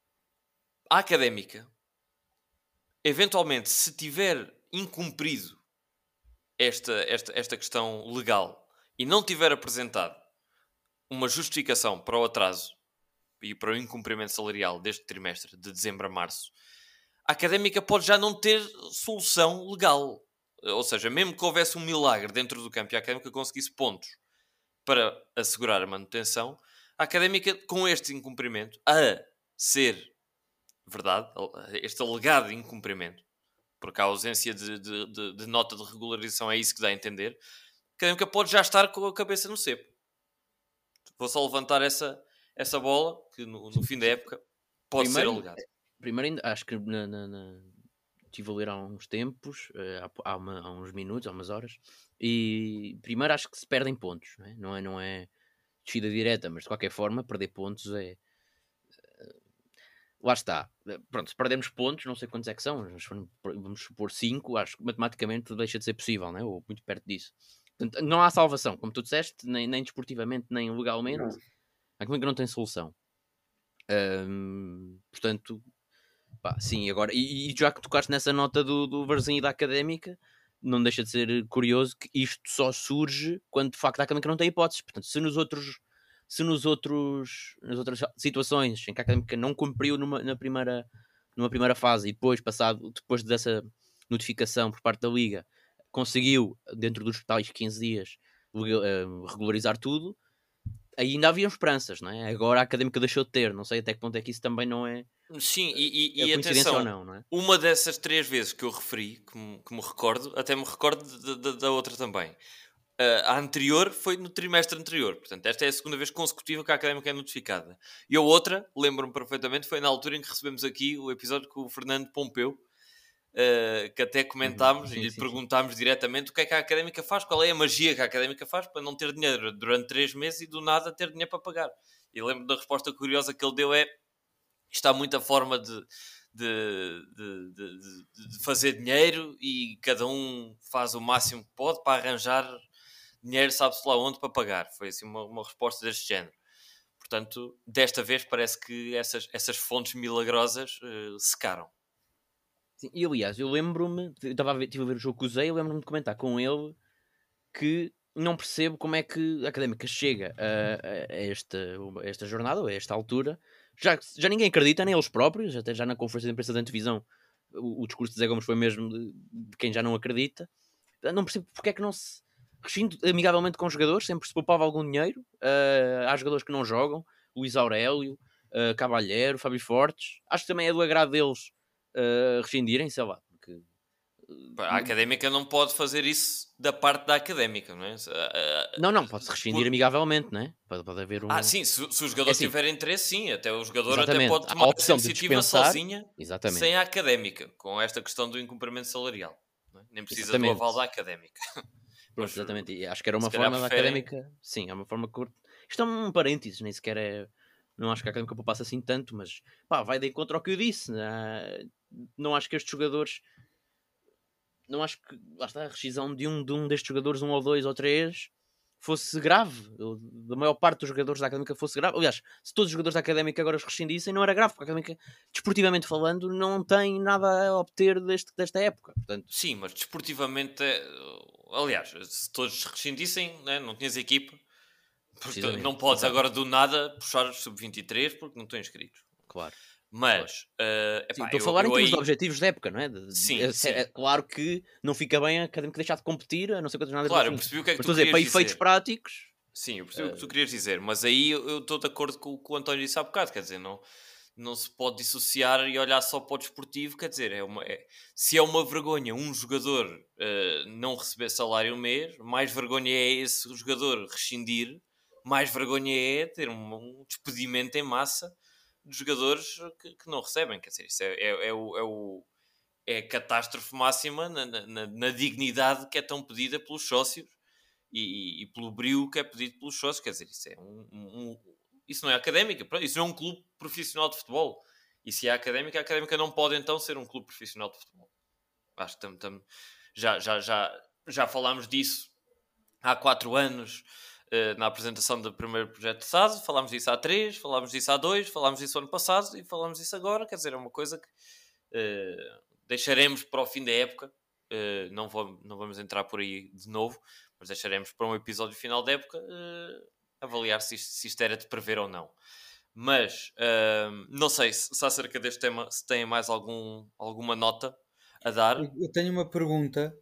a Académica, eventualmente, se tiver incumprido esta, esta, esta questão legal e não tiver apresentado uma justificação para o atraso e para o incumprimento salarial deste trimestre, de dezembro a março, a Académica pode já não ter solução legal. Ou seja, mesmo que houvesse um milagre dentro do campo e a Académica conseguisse pontos para assegurar a manutenção, a Académica, com este incumprimento, a ser verdade, este alegado incumprimento, porque a ausência de, de, de, de nota de regularização é isso que dá a entender, a Académica pode já estar com a cabeça no cepo. Vou só levantar essa, essa bola, que no, no fim da época pode primeiro, ser alegado. Primeiro, acho que na, na, na... estive a ler há uns tempos, há, há, uma, há uns minutos, há umas horas, e primeiro acho que se perdem pontos, não é, não é, não é descida direta, mas de qualquer forma perder pontos é... Lá está. Pronto, se perdermos pontos, não sei quantos é que são, vamos supor cinco, acho que matematicamente deixa de ser possível, não é? Ou muito perto disso. Portanto, não há salvação, como tu disseste, nem, nem desportivamente, nem legalmente. Não. A Académica não tem solução. Hum, portanto, pá, sim, agora, e, e já que tocaste nessa nota do, do Varzim e da Académica, não deixa de ser curioso que isto só surge quando de facto a Académica não tem hipóteses. Portanto, se nos outros... Se nos outros, nas outras situações em que a Académica não cumpriu numa, na primeira, numa primeira fase e depois, passado, depois dessa notificação por parte da Liga, conseguiu, dentro dos tais quinze dias, regularizar tudo, ainda haviam esperanças, não é? Agora a Académica deixou de ter, não sei até que ponto é que isso também não é... Sim, e, e, é e atenção, ou não, não é? Uma dessas três vezes que eu referi, que me, que me recordo, até me recordo de, de, da outra também. Uh, a anterior foi no trimestre anterior. Portanto, esta é a segunda vez consecutiva que a Académica é notificada. E a outra, lembro-me perfeitamente, foi na altura em que recebemos aqui o episódio com o Fernando Pompeu, uh, que até comentámos sim, e lhe sim, perguntámos sim. diretamente o que é que a Académica faz, qual é a magia que a Académica faz para não ter dinheiro durante três meses e do nada ter dinheiro para pagar. E lembro da resposta curiosa que ele deu é: está muita forma de, de, de, de, de fazer dinheiro e cada um faz o máximo que pode para arranjar dinheiro, sabe-se lá onde, para pagar. Foi assim uma, uma resposta deste género. Portanto, desta vez parece que essas, essas fontes milagrosas uh, secaram. Sim, e aliás, eu lembro-me, eu estava a ver, estive a ver o jogo com o Zé, eu lembro-me de comentar com ele que não percebo como é que a Académica chega a, a, esta, a esta jornada, ou a esta altura. Já, já ninguém acredita, nem eles próprios, até já na conferência de imprensa da antevisão, o, o discurso de Zé Gomes foi mesmo de, de quem já não acredita. Não percebo porque é que não se rescinde amigavelmente com os jogadores, sempre se poupava algum dinheiro. Uh, há jogadores que não jogam, Luís Aurélio, uh, Cavalheiro, Fábio Fortes. Acho que também é do agrado deles uh, rescindirem, sei lá, porque a Académica não pode fazer isso da parte da Académica, não é? Não, não, pode-se rescindir Por... amigavelmente, não é? Pode, pode haver um... Ah, sim, se, se os jogadores é assim. tiverem interesse, sim. Até o jogador Exatamente. até pode tomar a opção essa iniciativa dispensar... sozinha, Exatamente. sem a Académica, com esta questão do incumprimento salarial. Não é? Nem precisa Exatamente. do aval da Académica. Pronto, exatamente. E acho que era uma forma da Académica... Sim, é uma forma curta. Isto é um parênteses, nem sequer é... Não acho que a Académica poupasse assim tanto, mas pá, vai de encontro ao que eu disse. Não acho que estes jogadores... Não acho que, lá está, a rescisão de um, de um destes jogadores, um ou dois ou três, fosse grave. Eu, da maior parte dos jogadores da Académica fosse grave. Aliás, se todos os jogadores da Académica agora os rescindissem, não era grave, porque a Académica, desportivamente falando, não tem nada a obter deste, desta época. Portanto... Sim, mas desportivamente, aliás, se todos rescindissem, né, não tinhas equipa, porque não podes Exato. agora do nada puxar os sub vinte e três porque não estão inscritos. Claro. Mas, claro. Uh, epá, sim, estou eu, a falar eu em termos aí... de objetivos da época, não é? De, sim, é, sim. É claro que não fica bem a Académica deixar de competir, a não ser quantas nada. Claro, eu percebi o que é que mas tu estou a dizer, para efeitos dizer. práticos. Sim, eu percebi uh... o que tu querias dizer, mas aí eu estou de acordo com o que o António disse há bocado, quer dizer, não, não se pode dissociar e olhar só para o desportivo, quer dizer, é uma, é, se é uma vergonha um jogador uh, não receber salário um mês, mais vergonha é esse jogador rescindir, mais vergonha é ter um, um despedimento em massa de jogadores que, que não recebem, quer dizer, isso é, é, é, o, é, o, é a catástrofe máxima na, na, na dignidade que é tão pedida pelos sócios e, e pelo brio que é pedido pelos sócios, quer dizer, isso é um, um, um isso não é académica, isso não é um clube profissional de futebol, e se é académica, a académica não pode então ser um clube profissional de futebol. Acho que tam, tam, já, já, já, já falámos disso há quatro anos, Uh, na apresentação do primeiro projeto de S A D, falámos disso há três, falámos disso há dois, falámos disso ano passado e falámos disso agora, quer dizer, é uma coisa que uh, deixaremos para o fim da época, uh, não, vou, não vamos entrar por aí de novo, mas deixaremos para um episódio final da época uh, avaliar se isto, se isto era de prever ou não. Mas, uh, não sei se, se acerca deste tema, se têm mais algum, alguma nota a dar. Eu tenho uma pergunta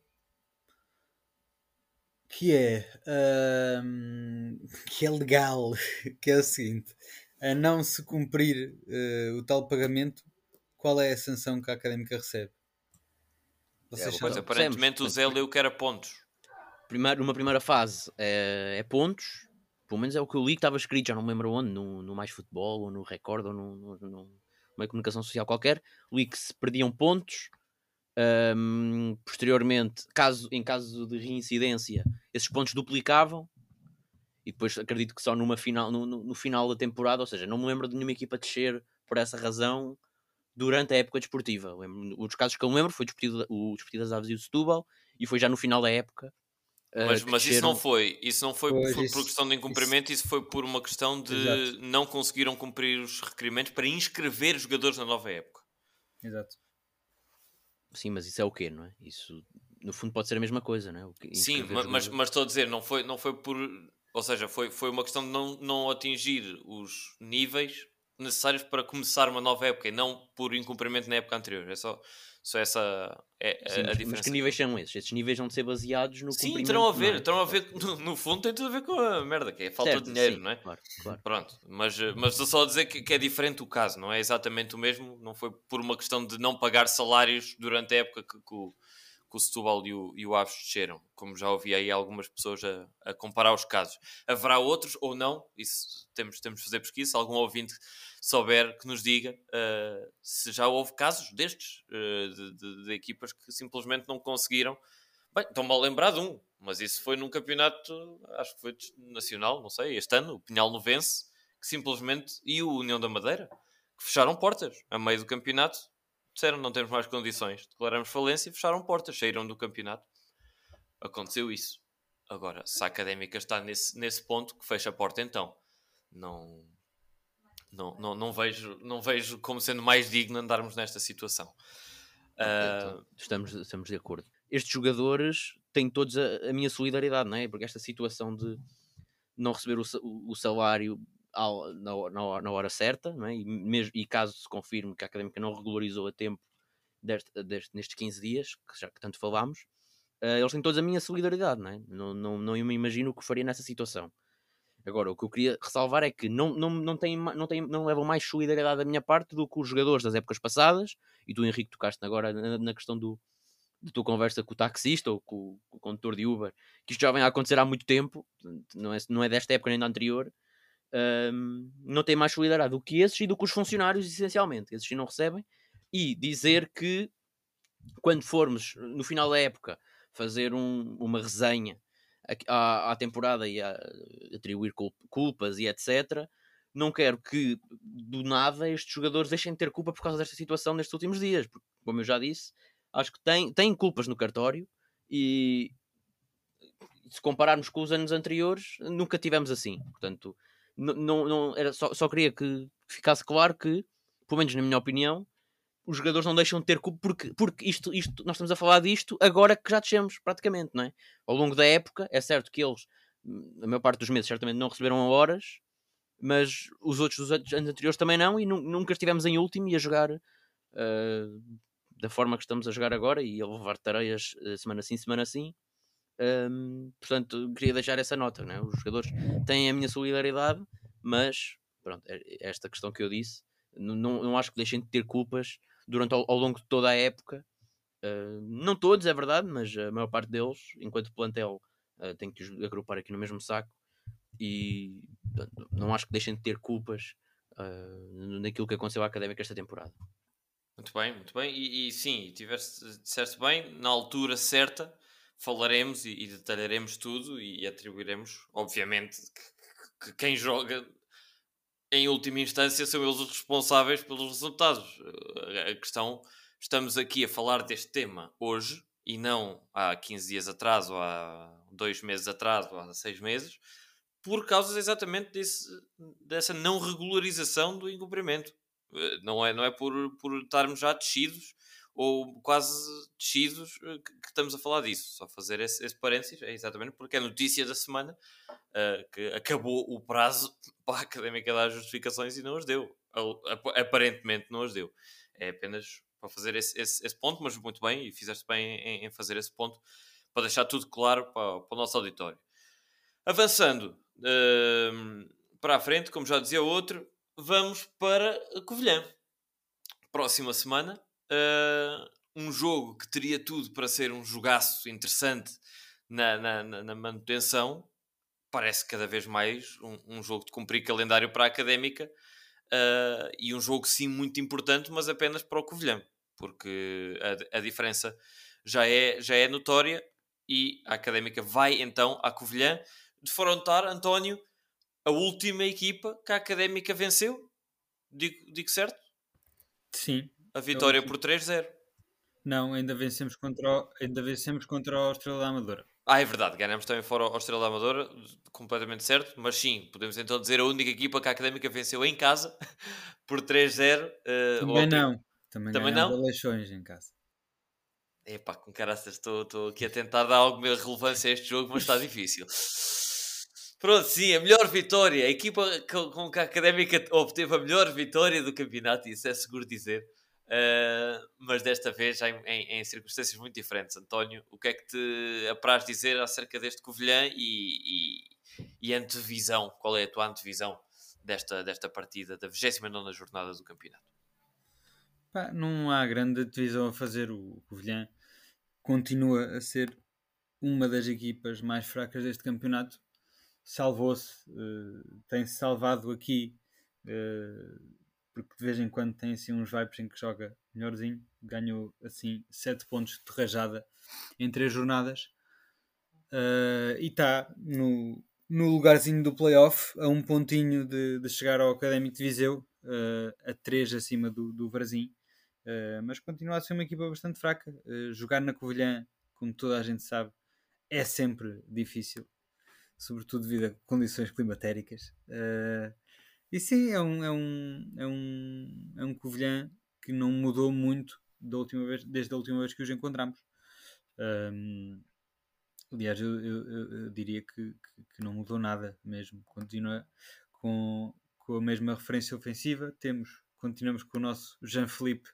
que é um, que é legal, que é o seguinte: a não se cumprir uh, o tal pagamento, qual é a sanção que a Académica recebe? Vocês é, pois, aparentemente o Zé leu que era pontos. Primeiro, numa primeira fase é, é pontos, pelo menos é o que eu li que estava escrito, já não me lembro onde, no, no Mais Futebol, ou no Record, ou no, no, no, numa comunicação social qualquer, li que se perdiam pontos. Um, posteriormente, caso, em caso de reincidência, esses pontos duplicavam e depois acredito que só numa final, no, no, no final da temporada, ou seja, não me lembro de nenhuma equipa descer por essa razão durante a época desportiva. Lembro, um dos casos que eu me lembro foi o Desportivo das Aves e o Setúbal, e foi já no final da época. Uh, mas mas desceram... isso não foi, isso não foi pois, por, isso, por questão de incumprimento, isso, isso foi por uma questão de Exato. Não conseguiram cumprir os requerimentos para inscrever jogadores na nova época. Exato. Sim, mas isso é o quê, não é? Isso, no fundo, pode ser a mesma coisa, não é? O que, Sim, mas, mas, mas estou a dizer, não foi, não foi por... Ou seja, foi, foi uma questão de não, não atingir os níveis necessários para começar uma nova época e não por incumprimento na época anterior. É só, só essa é, Sim, a, a mas, diferença. Mas que níveis são esses? Esses níveis vão ser baseados no Sim, cumprimento... terão a ver, é? terão a ver, no, no fundo tem tudo a ver com a merda, que é a falta certo, de dinheiro, sim, não é? Claro, claro. Pronto, mas, mas estou só a dizer que, que é diferente o caso, não é exatamente o mesmo, não foi por uma questão de não pagar salários durante a época que, que, o, que que o Setúbal e o, e o Aves desceram, como já ouvi aí algumas pessoas a, a comparar os casos. Haverá outros ou não? Isso temos, temos de fazer pesquisa. Se algum ouvinte souber, que nos diga uh, se já houve casos destes, uh, de, de, de equipas que simplesmente não conseguiram. Bem, estou-me a lembrar de um, mas isso foi num campeonato, acho que foi nacional, não sei, este ano, o Pinhal Novense, que simplesmente, e o União da Madeira, que fecharam portas a meio do campeonato, disseram não temos mais condições, declaramos falência e fecharam portas, saíram do campeonato. Aconteceu isso. Agora, se a Académica está nesse, nesse ponto, que fecha a porta então, não, não, não, não, vejo, não vejo como sendo mais digno andarmos nesta situação. Uh... Então, estamos, estamos de acordo. Estes jogadores têm todos a, a minha solidariedade, não é? Porque esta situação de não receber o, o salário ao, na, na, na hora certa, não é? E, mesmo, e caso se confirme que a Académica não regularizou a tempo deste, deste, nestes quinze dias, que já que tanto falámos, uh, eles têm todos a minha solidariedade, não é? Não, não, não me imagino o que faria nessa situação. Agora, o que eu queria ressalvar é que não, não, não, tem, não, tem, não levam mais solidariedade da minha parte do que os jogadores das épocas passadas, e tu, Henrique, tocaste agora na, na questão do de tua conversa com o taxista ou com, com o condutor de Uber, que isto já vem a acontecer há muito tempo, não é, não é desta época nem da anterior, um, não tem mais solidariedade do que esses e do que os funcionários, essencialmente. Esses não recebem. E dizer que quando formos, no final da época, fazer um, uma resenha à, à temporada e a, atribuir culpas e etcétera, não quero que, do nada, estes jogadores deixem de ter culpa por causa desta situação nestes últimos dias, porque, como eu já disse, acho que têm, têm culpas no cartório e se compararmos com os anos anteriores, nunca tivemos assim. Portanto, não, não, era só, só queria que ficasse claro que, pelo menos na minha opinião, os jogadores não deixam de ter culpa porque, porque isto, isto, nós estamos a falar disto agora que já descemos, praticamente, não é? Ao longo da época, é certo que eles, a maior parte dos meses, certamente não receberam horas, mas os outros dos anos anteriores também não, e nu- nunca estivemos em último e a jogar uh, da forma que estamos a jogar agora e a levar tareias uh, semana sim, semana sim. Um, portanto, queria deixar essa nota, né? Os jogadores têm a minha solidariedade, mas pronto, é esta questão que eu disse, não, não, não acho que deixem de ter culpas durante ao, ao longo de toda a época. Uh, não todos, é verdade, mas a maior parte deles, enquanto plantel, uh, tenho que os agrupar aqui no mesmo saco e portanto, não acho que deixem de ter culpas uh, naquilo que aconteceu à Académica esta temporada. Muito bem, muito bem. E, e sim, tiveste, disseste bem, na altura certa falaremos e, e detalharemos tudo e atribuiremos, obviamente, que, que quem joga em última instância são eles os responsáveis pelos resultados. A questão, estamos aqui a falar deste tema hoje e não há quinze dias atrás ou há dois meses atrás ou há seis meses, por causa exatamente desse, dessa não regularização do incumprimento. Não é, não é por, por estarmos já descidos ou quase descidos que, que estamos a falar disso. Só fazer esse, esse parênteses é exatamente porque é notícia da semana uh, que acabou o prazo para a Académica dar justificações e não os deu. Aparentemente não os deu. É apenas para fazer esse, esse, esse ponto, mas muito bem, e fizeste bem em, em fazer esse ponto para deixar tudo claro para, para o nosso auditório. Avançando uh, para a frente, como já dizia outro, vamos para Covilhã. Próxima semana, uh, um jogo que teria tudo para ser um jogaço interessante na, na, na manutenção, parece cada vez mais um, um jogo de cumprir calendário para a Académica uh, e um jogo sim muito importante, mas apenas para o Covilhã, porque a, a diferença já é, já é notória e a Académica vai então à Covilhã defrontar, António, a última equipa que a Académica venceu. Digo, digo certo? Sim. A vitória por três a zero. Não, ainda vencemos contra o, ainda vencemos contra o Estrela da Amadora. Ah, é verdade, ganhamos também fora ao Estrela da Amadora, completamente certo, mas sim, podemos então dizer a única equipa que a Académica venceu em casa por três a zero. Uh, também não, também, também ganhamos não? a Leixões em casa. Epá, com caraças, estou aqui a tentar dar alguma relevância a este jogo, mas está difícil. Pronto, sim, a melhor vitória, a equipa com que a Académica obteve a melhor vitória do campeonato, isso é seguro dizer. Uh, mas desta vez em, em, em circunstâncias muito diferentes. António, o que é que te apraz dizer acerca deste Covilhã e, e, e antevisão? Qual é a tua antevisão desta, desta partida da vigésima nona jornada do campeonato? Pá, não há grande divisão a fazer. O Covilhã continua a ser uma das equipas mais fracas deste campeonato. Salvou-se, uh, tem-se salvado aqui, uh, porque de vez em quando tem assim uns vibes em que joga melhorzinho. Ganhou assim sete pontos de rajada em três jornadas, uh, e está no, no lugarzinho do playoff, a um pontinho de, de chegar ao Académico de Viseu, uh, a três acima do, do Varzim. Uh, mas continua a ser uma equipa bastante fraca. Uh, jogar na Covilhã, como toda a gente sabe, é sempre difícil, sobretudo devido a condições climatéricas. Uh, e sim, é um, é, um, é, um, é um Covilhã que não mudou muito da última vez, desde a última vez que os encontramos. Um, aliás, eu, eu, eu diria que, que, que não mudou nada mesmo. Continua com, com a mesma referência ofensiva. Temos, continuamos com o nosso Jean-Philippe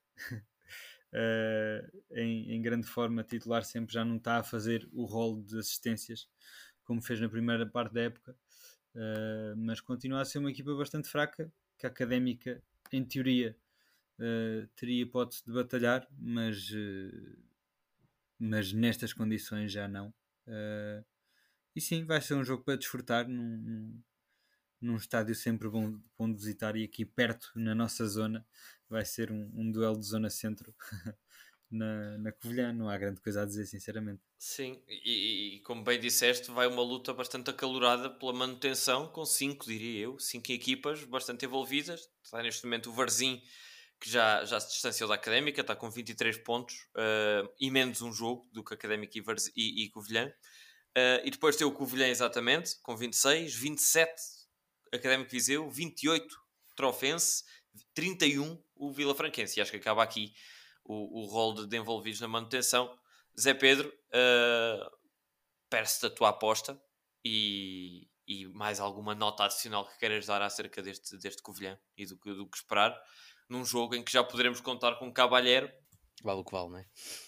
uh, em, em grande forma titular, sempre. Já não está a fazer o rol de assistências como fez na primeira parte da época, uh, mas continua a ser uma equipa bastante fraca, que a Académica, em teoria, uh, teria hipótese de batalhar, mas, uh, mas nestas condições já não. Uh, e sim, vai ser um jogo para desfrutar num, num, num estádio sempre bom, bom de visitar, e aqui perto, na nossa zona, vai ser um, um duelo de zona centro. Na, na Covilhã, não há grande coisa a dizer, sinceramente. Sim, e, e como bem disseste, vai uma luta bastante acalorada pela manutenção, com cinco, diria eu, cinco equipas bastante envolvidas. Está neste momento o Varzim, que já, já se distanciou da Académica, está com vinte e três pontos, uh, e menos um jogo do que Académica e, Varzim, e, e Covilhã. Uh, e depois tem o Covilhã, exatamente, com vinte e seis, vinte e sete Académico Viseu, vinte e oito Trofense, trinta e um o Vila Franquense. E acho que acaba aqui o, o rol de, de envolvidos na manutenção. Zé Pedro, uh, peço-te a tua aposta e, e mais alguma nota adicional que queiras dar acerca deste, deste Covilhã e do que, do que esperar num jogo em que já poderemos contar com Cabalheiro. Vale o que vale, não é?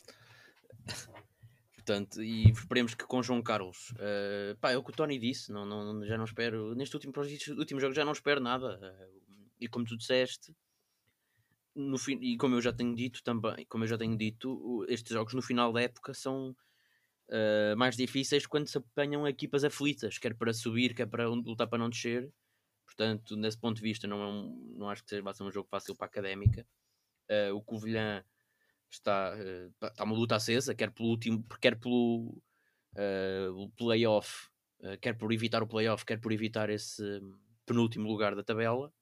Portanto, e esperemos que com João Carlos, uh, pá, é o que o Tony disse, não, não, já não espero, neste último, último jogo já não espero nada, uh, e como tu disseste, no fim, e como eu já tenho dito também, como eu já tenho dito, estes jogos no final da época são uh, mais difíceis quando se apanham equipas aflitas, quer para subir, quer para lutar para não descer. Portanto, nesse ponto de vista, não, é um, não acho que seja, vai ser um jogo fácil para a Académica. Uh, o Covilhã está, uh, está uma luta acesa, quer pelo último, quer pelo uh, playoff, uh, quer por evitar o playoff, quer por evitar esse penúltimo lugar da tabela.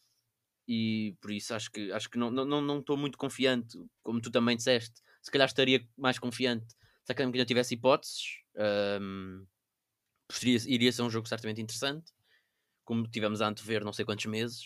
E por isso acho que, acho que não estou não, não, não muito confiante, como tu também disseste. Se calhar estaria mais confiante se a Académica ainda tivesse hipóteses. Um, iria, iria ser um jogo certamente interessante, como tivemos a antever não sei quantos meses.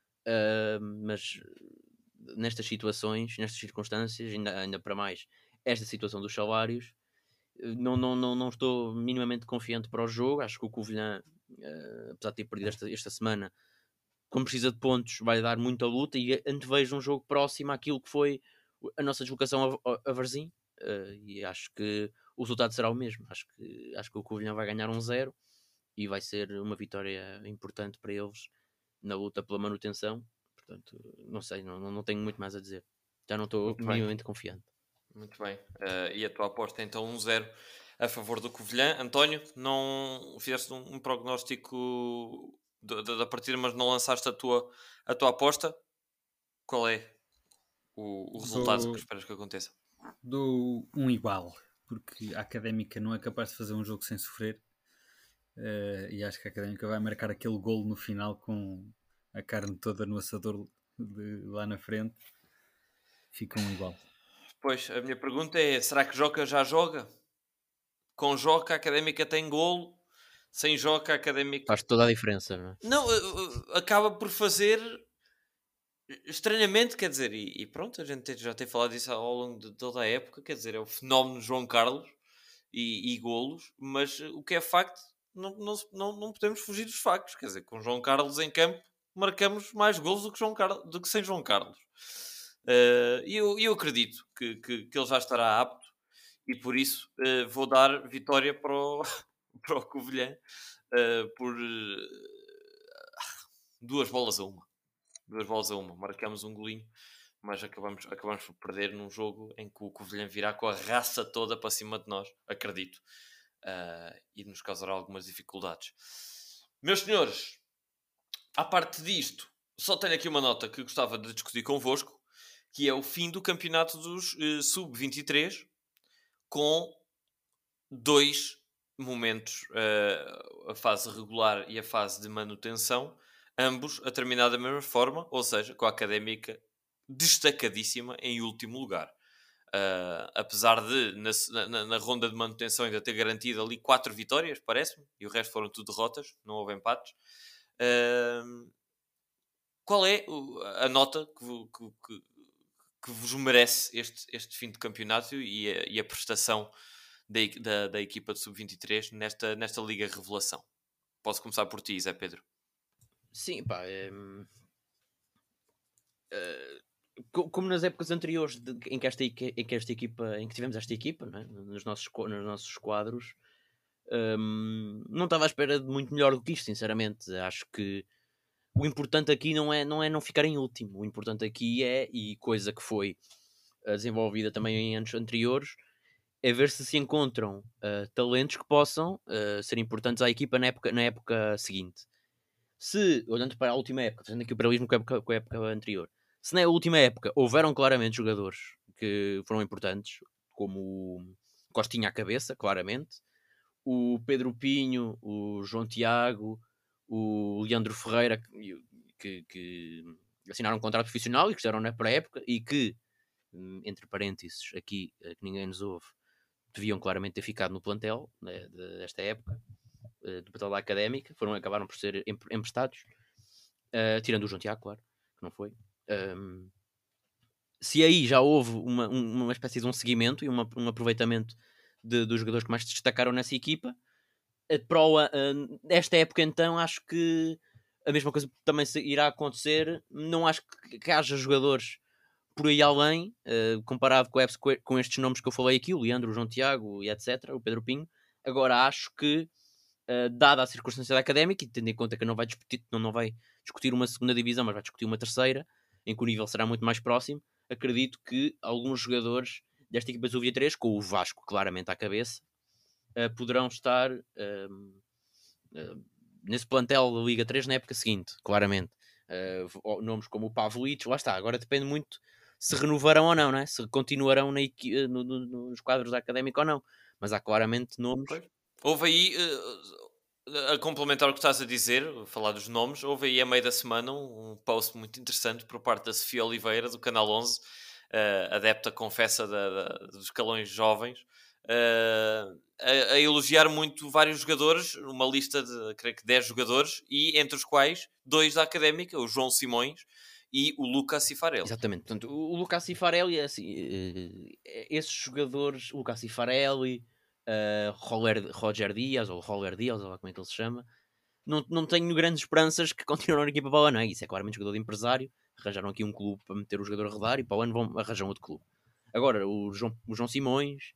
Uh, mas nestas situações, nestas circunstâncias, ainda, ainda para mais esta situação dos salários, não, não, não, não estou minimamente confiante para o jogo. Acho que o Covilhã, uh, apesar de ter perdido esta, esta semana, como precisa de pontos, vai dar muita luta, e antevejo um jogo próximo àquilo que foi a nossa deslocação a, a, a Varzim, uh, e acho que o resultado será o mesmo. Acho que, acho que o Covilhã vai ganhar um zero e vai ser uma vitória importante para eles na luta pela manutenção. Portanto, não sei, não, não tenho muito mais a dizer. Já não estou minimamente confiante. Muito bem. Uh, e a tua aposta é então um zero a favor do Covilhã. António, não fizeste um, um prognóstico da, da partida, mas não lançaste a tua, a tua aposta. Qual é o, o resultado Dou, que esperas que aconteça? Dou um igual, porque a Académica não é capaz de fazer um jogo sem sofrer, uh, e acho que a Académica vai marcar aquele golo no final com a carne toda no assador de, lá na frente. Fica um igual. Pois, a minha pergunta é, será que Joca já joga? Com Joca a Académica tem golo, sem Joca a Académica... Faz toda a diferença, não é? Não, acaba por fazer... Estranhamente, quer dizer, e, e pronto, a gente já tem falado disso ao longo de toda a época, quer dizer, é o fenómeno João Carlos e, e golos, mas o que é facto, não, não, não, não podemos fugir dos factos, quer dizer, com João Carlos em campo, marcamos mais golos do que, João Carlos, do que sem João Carlos. Uh, e eu, eu acredito que, que, que ele já estará apto, e por isso uh, vou dar vitória para o, para o Covilhã uh, por uh, duas bolas a uma. Duas bolas a uma. Marcamos um golinho mas acabamos, acabamos por perder num jogo em que o Covilhã virá com a raça toda para cima de nós, acredito, uh, e nos causará algumas dificuldades. Meus senhores, à parte disto, só tenho aqui uma nota que gostava de discutir convosco, que é o fim do campeonato dos uh, sub vinte e três, com dois momentos, uh, a fase regular e a fase de manutenção, ambos a terminar da mesma forma, ou seja, com a Académica destacadíssima em último lugar. Uh, apesar de, na, na, na ronda de manutenção, ainda ter garantido ali quatro vitórias, parece-me, e o resto foram tudo derrotas, não houve empates. Uh, qual é a nota que, que, que, que vos merece este, este fim de campeonato e a, e a prestação da, da, da equipa de sub vinte e três nesta, nesta Liga Revelação? Posso começar por ti, Zé Pedro? Sim, pá. É... Uh, como nas épocas anteriores de, em, que esta, em que esta equipa, em que tivemos esta equipa, não é? nos, nossos, nos nossos quadros, um, não estava à espera de muito melhor do que isto, sinceramente. Acho que o importante aqui não é, não é não ficar em último. O importante aqui é, e coisa que foi desenvolvida também em anos anteriores, é ver se se encontram uh, talentos que possam uh, ser importantes à equipa na época, na época seguinte. Se, olhando para a última época, fazendo aqui o paralelismo com a época, com a época anterior, se na última época houveram claramente jogadores que foram importantes, como o Costinha à cabeça, claramente, o Pedro Pinho, o João Tiago, o Leandro Ferreira, que, que assinaram um contrato profissional e que estiveram na pré-época e que, entre parênteses, aqui, que ninguém nos ouve, deviam claramente ter ficado no plantel, né, desta época, do plantel da Académica, foram, acabaram por ser emprestados, uh, tirando o João Tiago, claro, que não foi. Um, se aí já houve uma, uma espécie de um seguimento e uma, um aproveitamento de, dos jogadores que mais se destacaram nessa equipa, para o, uh, esta época então acho que a mesma coisa também irá acontecer. Não acho que, que haja jogadores por aí além, uh, comparado com, com estes nomes que eu falei aqui, o Leandro, o João Tiago e etcétera, o Pedro Pinho. Agora acho que, uh, dada a circunstância da Académica, e tendo em conta que não vai, discutir, não, não vai discutir uma segunda divisão, mas vai discutir uma terceira, em que o nível será muito mais próximo, acredito que alguns jogadores desta equipa do vinte e três, com o Vasco claramente à cabeça, uh, poderão estar uh, uh, nesse plantel da Liga três na época seguinte, claramente. Uh, nomes como o Pavlic, lá está, agora depende muito se renovarão ou não, não é? Se continuarão na equi- no, no, nos quadros da Académica ou não, mas há claramente nomes. Pois. Houve aí, uh, a complementar o que estás a dizer, falar dos nomes, houve aí a meio da semana um, um post muito interessante por parte da Sofia Oliveira, do Canal onze, uh, adepta, confessa, da, da, dos escalões jovens, uh, a, a elogiar muito vários jogadores, uma lista de, creio que dez jogadores, e entre os quais dois da Académica, o João Simões e o Lucas Cifarelli. Exatamente, portanto, o, o Lucas Cifarelli é assim, uh, esses jogadores, o Lucas Cifarelli, uh, Roger, Roger Dias, ou Roger Dias, ou lá como é que ele se chama, não, não tenho grandes esperanças que continuem na equipa para o ano, não é? Isso é claramente jogador de empresário, arranjaram aqui um clube para meter o jogador a rodar e para o ano vão arranjar outro clube. Agora, o João, o João Simões,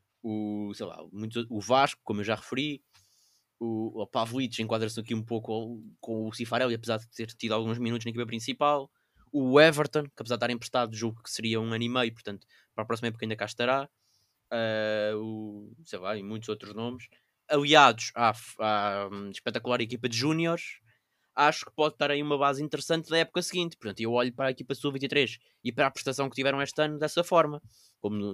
o, sei lá, muito, o Vasco, como eu já referi, o, o Pavlic enquadra-se aqui um pouco com o Cifarelli, apesar de ter tido alguns minutos na equipa principal. O Everton, que apesar de estar emprestado, julgo que seria um ano e meio, portanto, para a próxima época ainda cá estará. Uh, o, sei lá, e muitos outros nomes. Aliados à, à um, espetacular equipa de júniores, acho que pode estar aí uma base interessante da época seguinte. Portanto, eu olho para a equipa sub vinte e três e para a prestação que tiveram este ano dessa forma, como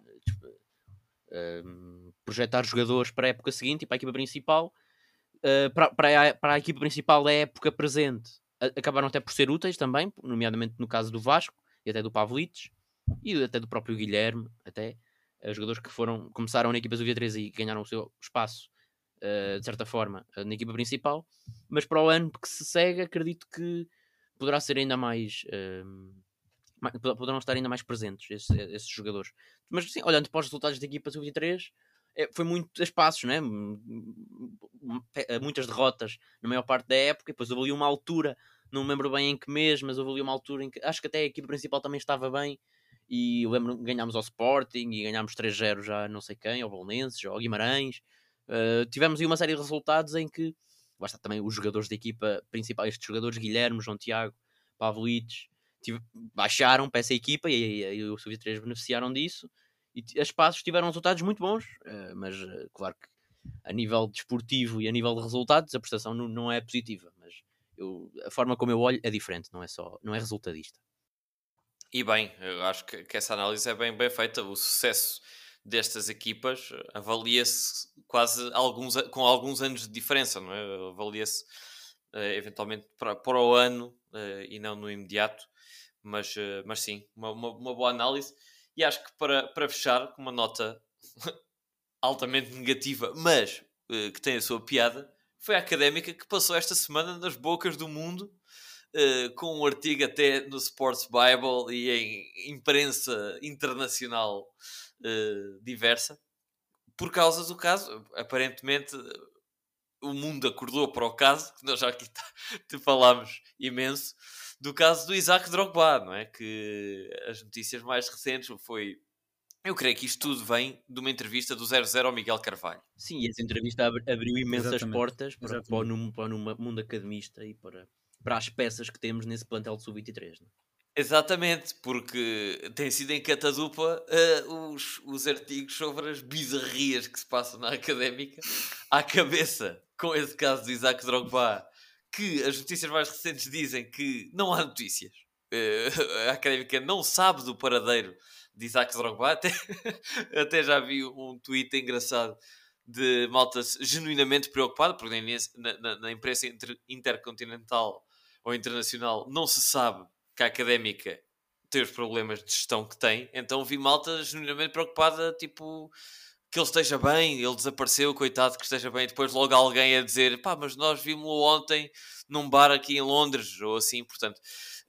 uh, projetar jogadores para a época seguinte e para a equipa principal. Uh, para, para, a, para a equipa principal da época presente, acabaram até por ser úteis também, nomeadamente no caso do Vasco e até do Pavlic e até do próprio Guilherme, até uh, jogadores que foram, começaram na equipa do vinte e três e ganharam o seu espaço uh, de certa forma uh, na equipa principal, mas para o ano que se segue acredito que poderá ser ainda mais uh, poderão estar ainda mais presentes esses, esses jogadores. Mas sim, olhando para os resultados da equipa do vinte e três, foi muito a espaços, né? Muitas derrotas na maior parte da época, e depois houve ali uma altura, não me lembro bem em que mês, mas houve ali uma altura em que acho que até a equipa principal também estava bem, e eu lembro que ganhámos ao Sporting e ganhámos três a zero já não sei quem, ao Belenenses, ao Guimarães. Uh, tivemos aí uma série de resultados em que basta também os jogadores da equipa principal, estes jogadores, Guilherme, João Tiago, Pavlic, tive, baixaram para essa equipa e, e, e o sub vinte e três beneficiaram disso. E as Passos tiveram resultados muito bons, uh, mas uh, claro que a nível desportivo e a nível de resultados a prestação não, não é positiva, mas eu, a forma como eu olho é diferente, não é só, não é resultadista. E bem, eu acho que, que essa análise é bem, bem feita. O sucesso destas equipas avalia-se quase alguns, com alguns anos de diferença, não é? Avalia-se uh, eventualmente para, para o ano uh, e não no imediato, mas, uh, mas sim, uma, uma, uma boa análise. E acho que para, para fechar com uma nota altamente negativa, mas uh, que tem a sua piada, foi a Académica que passou esta semana nas bocas do mundo, uh, com um artigo até no Sports Bible e em imprensa internacional uh, diversa, por causa do caso. Aparentemente o mundo acordou para o caso, que nós já aqui te falámos imenso, do caso do Isaac Drogba, não é? Que as notícias mais recentes foi... Eu creio que isto tudo vem de uma entrevista do zero zero ao Miguel Carvalho. Sim, e essa entrevista abriu imensas Exatamente. portas para, Exatamente. para, o mundo, para o mundo academista e para, para as peças que temos nesse plantel de sub vinte e três. Não é? Exatamente, porque tem sido em catadupa uh, os, os artigos sobre as bizarrias que se passam na Académica, à cabeça com esse caso de Isaac Drogba, que as notícias mais recentes dizem que não há notícias. Uh, a Académica não sabe do paradeiro de Isaac Drogba. Até, até já vi um tweet engraçado de malta genuinamente preocupada, porque na, na, na imprensa inter, intercontinental ou internacional não se sabe que a Académica tem os problemas de gestão que tem. Então vi malta genuinamente preocupada, tipo, que ele esteja bem, ele desapareceu, coitado, que esteja bem. E depois logo alguém a dizer, pá, mas nós vimos-lo ontem num bar aqui em Londres, ou assim. Portanto,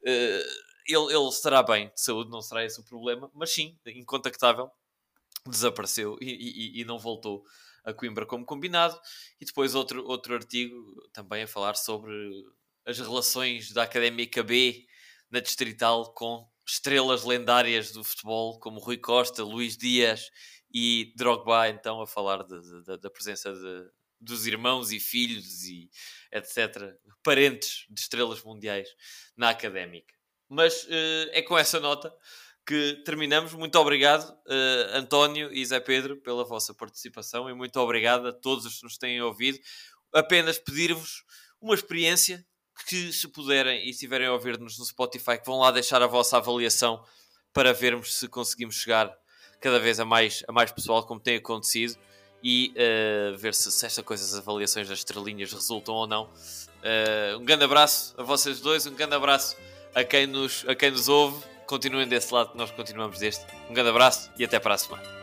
uh, ele, ele estará bem de saúde, não será esse o problema, mas sim, incontactável, desapareceu e, e, e não voltou a Coimbra como combinado. E depois outro, outro artigo também a falar sobre as relações da Académica B na Distrital com estrelas lendárias do futebol como Rui Costa, Luís Dias e Drogba, então a falar de, de, da presença de, dos irmãos e filhos e etcétera, parentes de estrelas mundiais na Académica. Mas uh, é com essa nota que terminamos. Muito obrigado, uh, António e Zé Pedro, pela vossa participação, e muito obrigado a todos os que nos têm ouvido. Apenas pedir-vos uma experiência que, se puderem e se estiverem a ouvir-nos no Spotify, que vão lá deixar a vossa avaliação para vermos se conseguimos chegar cada vez a mais, a mais pessoal, como tem acontecido, e uh, ver se, se esta coisa, as avaliações das estrelinhas resultam ou não. Uh, um grande abraço a vocês dois, um grande abraço a quem nos, a quem nos ouve. Continuem desse lado que nós continuamos deste. Um grande abraço e até para a semana.